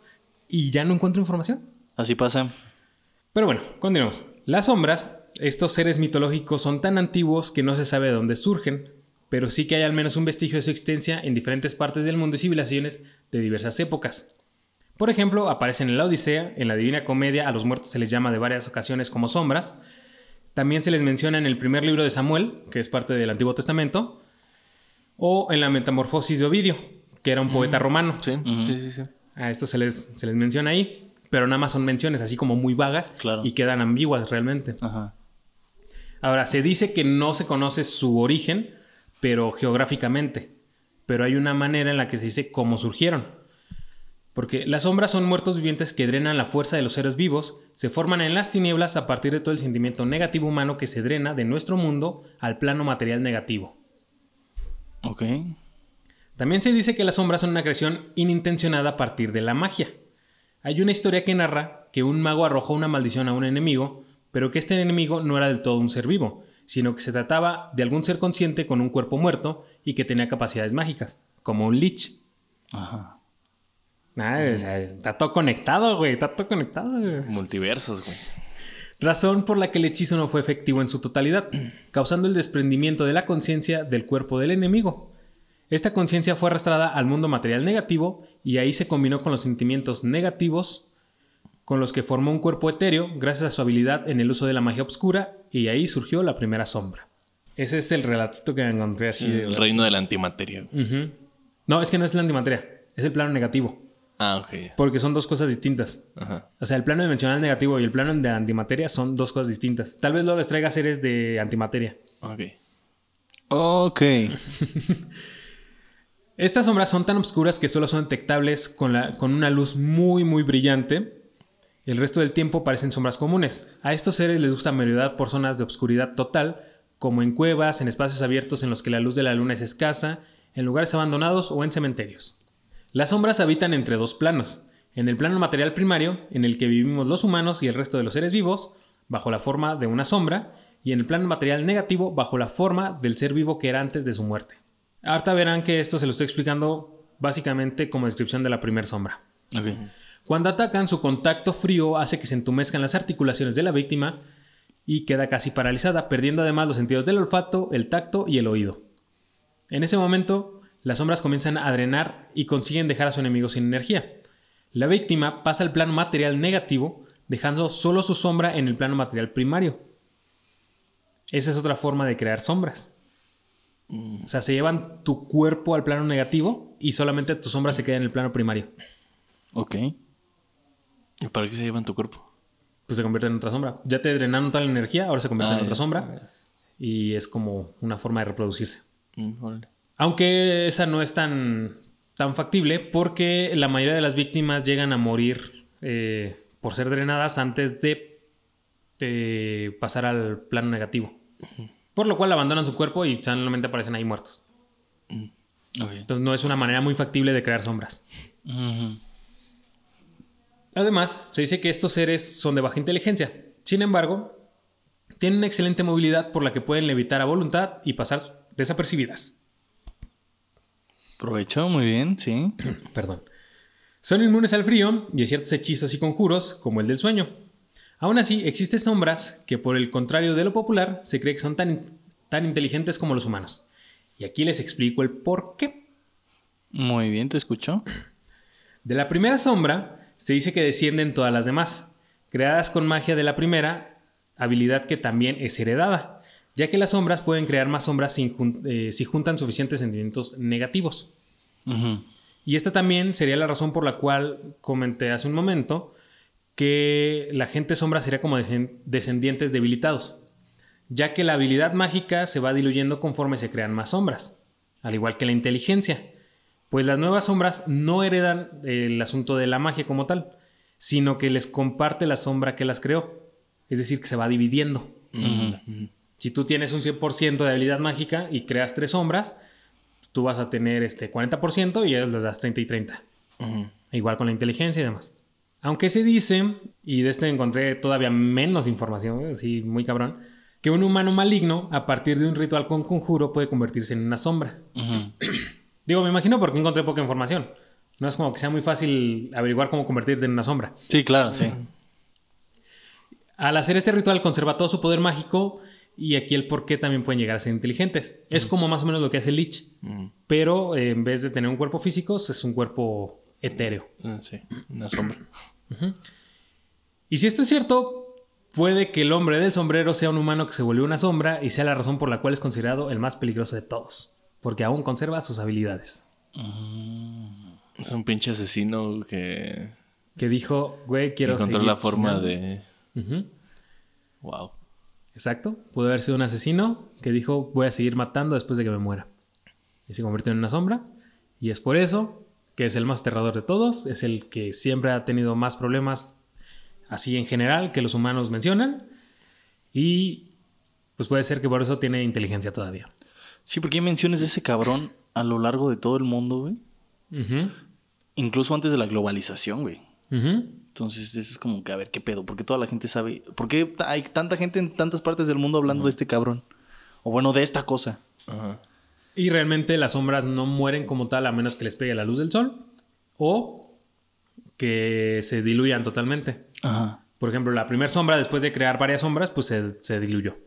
y ya no encuentro información. Así pasa. Pero bueno, continuamos. Las sombras, estos seres mitológicos, son tan antiguos que no se sabe de dónde surgen, pero sí que hay al menos un vestigio de su existencia en diferentes partes del mundo y civilizaciones de diversas épocas. Por ejemplo, aparecen en la Odisea, en la Divina Comedia a los muertos se les llama de varias ocasiones como sombras. También se les menciona en el primer libro de Samuel, que es parte del Antiguo Testamento, o en la Metamorfosis de Ovidio, que era un poeta romano. Sí. A esto se les menciona ahí, pero nada más son menciones así como muy vagas, claro, y quedan ambiguas realmente. Ajá. Ahora, se dice que no se conoce su origen, pero geográficamente. Pero hay una manera en la que se dice cómo surgieron. Porque las sombras son muertos vivientes que drenan la fuerza de los seres vivos, se forman en las tinieblas a partir de todo el sentimiento negativo humano que se drena de nuestro mundo al plano material negativo. Ok. También se dice que las sombras son una creación inintencionada a partir de la magia. Hay una historia que narra que un mago arrojó una maldición a un enemigo, pero que este enemigo no era del todo un ser vivo, sino que se trataba de algún ser consciente con un cuerpo muerto y que tenía capacidades mágicas, como un lich. Ajá. O sea, está todo conectado, güey. Está todo conectado, güey. Multiversos, güey. Razón por la que el hechizo no fue efectivo en su totalidad, causando el desprendimiento de la conciencia del cuerpo del enemigo. Esta conciencia fue arrastrada al mundo material negativo y ahí se combinó con los sentimientos negativos con los que formó un cuerpo etéreo gracias a su habilidad en el uso de la magia oscura y ahí surgió la primera sombra. Ese es el relatito que encontré así. El reino de la antimateria. Uh-huh. No, es que no es la antimateria, es el plano negativo. Ah, ok. Porque son dos cosas distintas. Ajá. O sea, el plano dimensional negativo y el plano de antimateria son dos cosas distintas. Tal vez luego les traiga seres de antimateria. Ok. Estas sombras son tan oscuras que solo son detectables con una luz muy, muy brillante. El resto del tiempo parecen sombras comunes. A estos seres les gusta merodear por zonas de oscuridad total, como en cuevas, en espacios abiertos en los que la luz de la luna es escasa, en lugares abandonados o en cementerios. Las sombras habitan entre dos planos, en el plano material primario, en el que vivimos los humanos y el resto de los seres vivos, bajo la forma de una sombra, y en el plano material negativo, bajo la forma del ser vivo que era antes de su muerte. Ahorita verán que esto se lo estoy explicando básicamente como descripción de la primera sombra. Okay. Cuando atacan, su contacto frío hace que se entumezcan las articulaciones de la víctima y queda casi paralizada, perdiendo además los sentidos del olfato, el tacto y el oído. En ese momento, las sombras comienzan a drenar y consiguen dejar a su enemigo sin energía. La víctima pasa al plano material negativo, dejando solo su sombra en el plano material primario. Esa es otra forma de crear sombras. O sea, se llevan tu cuerpo al plano negativo y solamente tu sombra se queda en el plano primario. Ok. ¿Y para qué se llevan tu cuerpo? Pues se convierte en otra sombra. Ya te drenaron toda la energía, ahora se convierte en otra sombra. Y es como una forma de reproducirse. Vale. Aunque esa no es tan factible porque la mayoría de las víctimas llegan a morir por ser drenadas antes de pasar al plano negativo. Por lo cual abandonan su cuerpo y solamente aparecen ahí muertos. Okay. Entonces no es una manera muy factible de crear sombras. Uh-huh. Además, se dice que estos seres son de baja inteligencia. Sin embargo, tienen una excelente movilidad por la que pueden levitar a voluntad y pasar desapercibidas. Provecho, muy bien, sí. Perdón. Son inmunes al frío y a ciertos hechizos y conjuros, como el del sueño. Aún así, existen sombras que, por el contrario de lo popular, se cree que son tan inteligentes como los humanos. Y aquí les explico el por qué. Muy bien, te escucho. De la primera sombra, se dice que descienden todas las demás, creadas con magia de la primera, habilidad que también es heredada, ya que las sombras pueden crear más sombras si juntan suficientes sentimientos negativos. Uh-huh. Y esta también sería la razón por la cual comenté hace un momento que la gente sombra sería como descendientes debilitados, ya que la habilidad mágica se va diluyendo conforme se crean más sombras, al igual que la inteligencia, pues las nuevas sombras no heredan el asunto de la magia como tal, sino que les comparte la sombra que las creó, es decir, que se va dividiendo. Uh-huh. Si tú tienes un 100% de habilidad mágica y creas 3 sombras, tú vas a tener 40% y a ellos les das 30 y 30. Uh-huh. Igual con la inteligencia y demás. Aunque se dice, y de esto encontré todavía menos información, así muy cabrón, que un humano maligno, a partir de un ritual con conjuro, puede convertirse en una sombra. Uh-huh. Digo, me imagino porque encontré poca información. No es como que sea muy fácil averiguar cómo convertirte en una sombra. Sí, claro, sí. Al hacer este ritual conserva todo su poder mágico y aquí el por qué también pueden llegar a ser inteligentes. Es como más o menos lo que hace Lich, pero en vez de tener un cuerpo físico, es un cuerpo etéreo. Sí, una sombra. Y si esto es cierto, puede que el hombre del sombrero sea un humano que se volvió una sombra y sea la razón por la cual es considerado el más peligroso de todos, porque aún conserva sus habilidades. Es un pinche asesino que dijo, güey, quiero encontró seguir la forma chingando. de... Wow. Exacto. Pudo haber sido un asesino que dijo, voy a seguir matando después de que me muera. Y se convirtió en una sombra. Y es por eso que es el más aterrador de todos. Es el que siempre ha tenido más problemas, así en general, que los humanos mencionan. Y pues puede ser que por eso tiene inteligencia todavía. Sí, porque hay menciones de ese cabrón a lo largo de todo el mundo, güey. Incluso antes de la globalización, güey. Entonces eso es como que a ver qué pedo. Porque toda la gente sabe. ¿Por qué hay tanta gente en tantas partes del mundo hablando de este cabrón? O bueno, de esta cosa. Y realmente las sombras no mueren como tal a menos que les pegue la luz del sol. O que se diluyan totalmente. Por ejemplo, la primera sombra, después de crear varias sombras, pues se diluyó.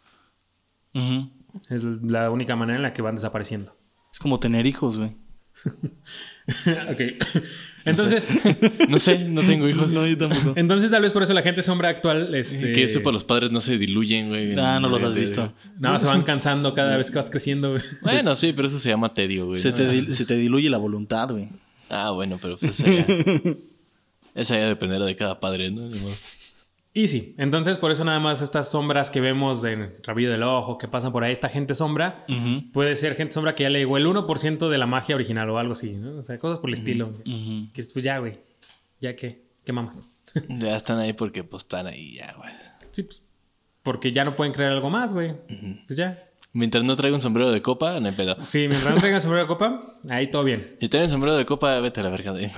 Es la única manera en la que van desapareciendo. Es como tener hijos, güey. Ok. Entonces... No sé, no tengo hijos. No, yo tampoco. Entonces tal vez por eso la gente sombra actual... Que yo sepa, los padres no se diluyen, güey. No los has visto. No, se van cansando cada vez que vas creciendo, güey. Bueno, sí, pero eso se llama tedio, güey. Se te diluye la voluntad, güey. Ah, bueno, pero pues esa ya dependerá de cada padre, ¿no? Y sí, entonces por eso nada más estas sombras que vemos en rabillo del ojo, que pasan por ahí, esta gente sombra, puede ser gente sombra que ya le llegó el 1% de la magia original o algo así, ¿no? O sea, cosas por el estilo. Que pues ya, güey, ya qué mamas. Ya están ahí porque pues están ahí ya, güey. Sí, pues porque ya no pueden crear algo más, güey. Pues ya. Mientras no traiga un sombrero de copa, no hay pedo. Sí, mientras no traigan sombrero de copa, ahí todo bien. Si traen sombrero de copa, vete a la verga de ahí.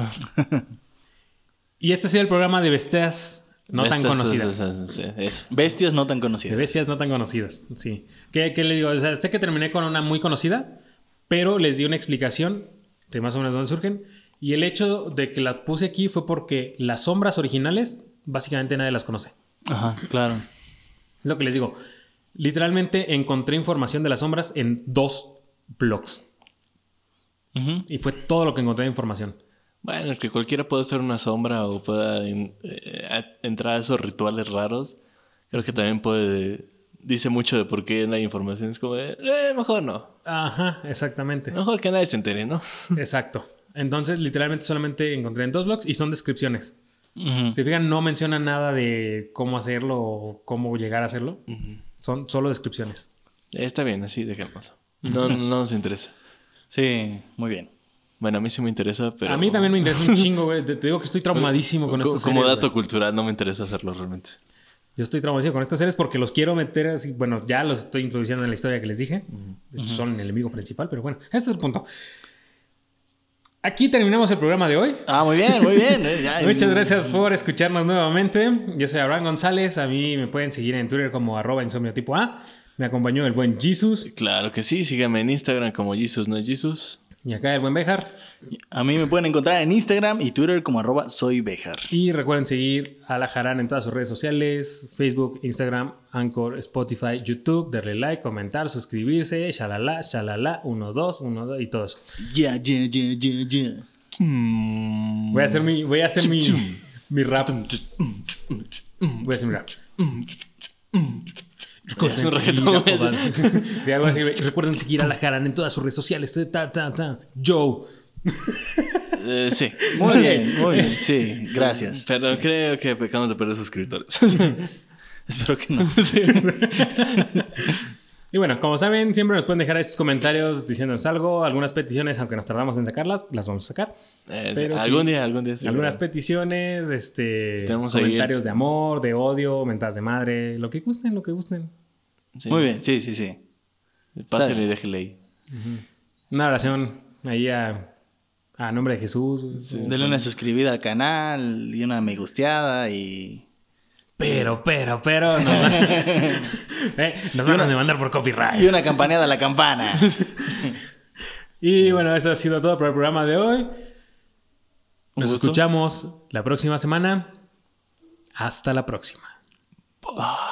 Y este ha sido el programa de bestias no tan conocidas. Eso. Bestias no tan conocidas. De bestias no tan conocidas, sí. ¿Qué le digo? O sea, sé que terminé con una muy conocida, pero les di una explicación de más o menos dónde surgen. Y el hecho de que la puse aquí fue porque las sombras originales, básicamente nadie las conoce. Ajá, claro. Es lo que les digo. Literalmente encontré información de las sombras en 2 blogs. Y fue todo lo que encontré de información. Bueno, es que cualquiera puede ser una sombra o pueda entrar a esos rituales raros. Creo que también dice mucho de por qué no hay información. Es como de, mejor no. Ajá, exactamente. Mejor que nadie se entere, ¿no? Exacto. Entonces, literalmente solamente encontré en 2 blogs y son descripciones. Si fijan, no mencionan nada de cómo hacerlo o cómo llegar a hacerlo. Son solo descripciones. Está bien, así dejémoslo. No nos interesa. Sí, muy bien. Bueno, a mí sí me interesa, pero... A mí también me interesa un chingo, güey. Te digo que estoy traumadísimo con estos seres. Como dato cultural, no me interesa hacerlo realmente. Yo estoy traumadísimo con estos seres porque los quiero meter así. Bueno, ya los estoy introduciendo en la historia que les dije. De hecho, son el enemigo principal, pero bueno, este es el punto. Aquí terminamos el programa de hoy. Ah, muy bien, muy bien. Muchas gracias por escucharnos nuevamente. Yo soy Abraham González. A mí me pueden seguir en Twitter como @insomniotipoA. Me acompañó el buen Jesus. Claro que sí. Síganme en Instagram como Jesus no es Jesus. Y acá el buen Béjar. A mí me pueden encontrar en Instagram y Twitter como @soybéjar. Y recuerden seguir a La Jarana en todas sus redes sociales: Facebook, Instagram, Anchor, Spotify, YouTube. Darle like, comentar, suscribirse, shalala, 1, 2 y todo eso. Yeah. Voy a hacer mi rap. Voy a hacer mi rap. Recuerden seguir a La Jarana en todas sus redes sociales. Joe. Sí. Muy bien. Sí, gracias. Pero sí. creo que pecamos de perder suscriptores. Espero que no. Y bueno, como saben, siempre nos pueden dejar ahí sus comentarios diciéndonos algo, algunas peticiones, aunque nos tardamos en sacarlas, las vamos a sacar. Pero algún día. Sí, algunas peticiones, comentarios de amor, de odio, mentadas de madre, lo que gusten. Sí. Muy bien, sí. Pásenle y déjenle ahí. Una oración ahí a nombre de Jesús. Sí. Denle una suscribida al canal y una me gusteada y... Pero nos van a demandar por copyright. Y una campaneada a la campana. Y bueno, eso ha sido todo por el programa de hoy. Nos escuchamos la próxima semana. Hasta la próxima. Bye.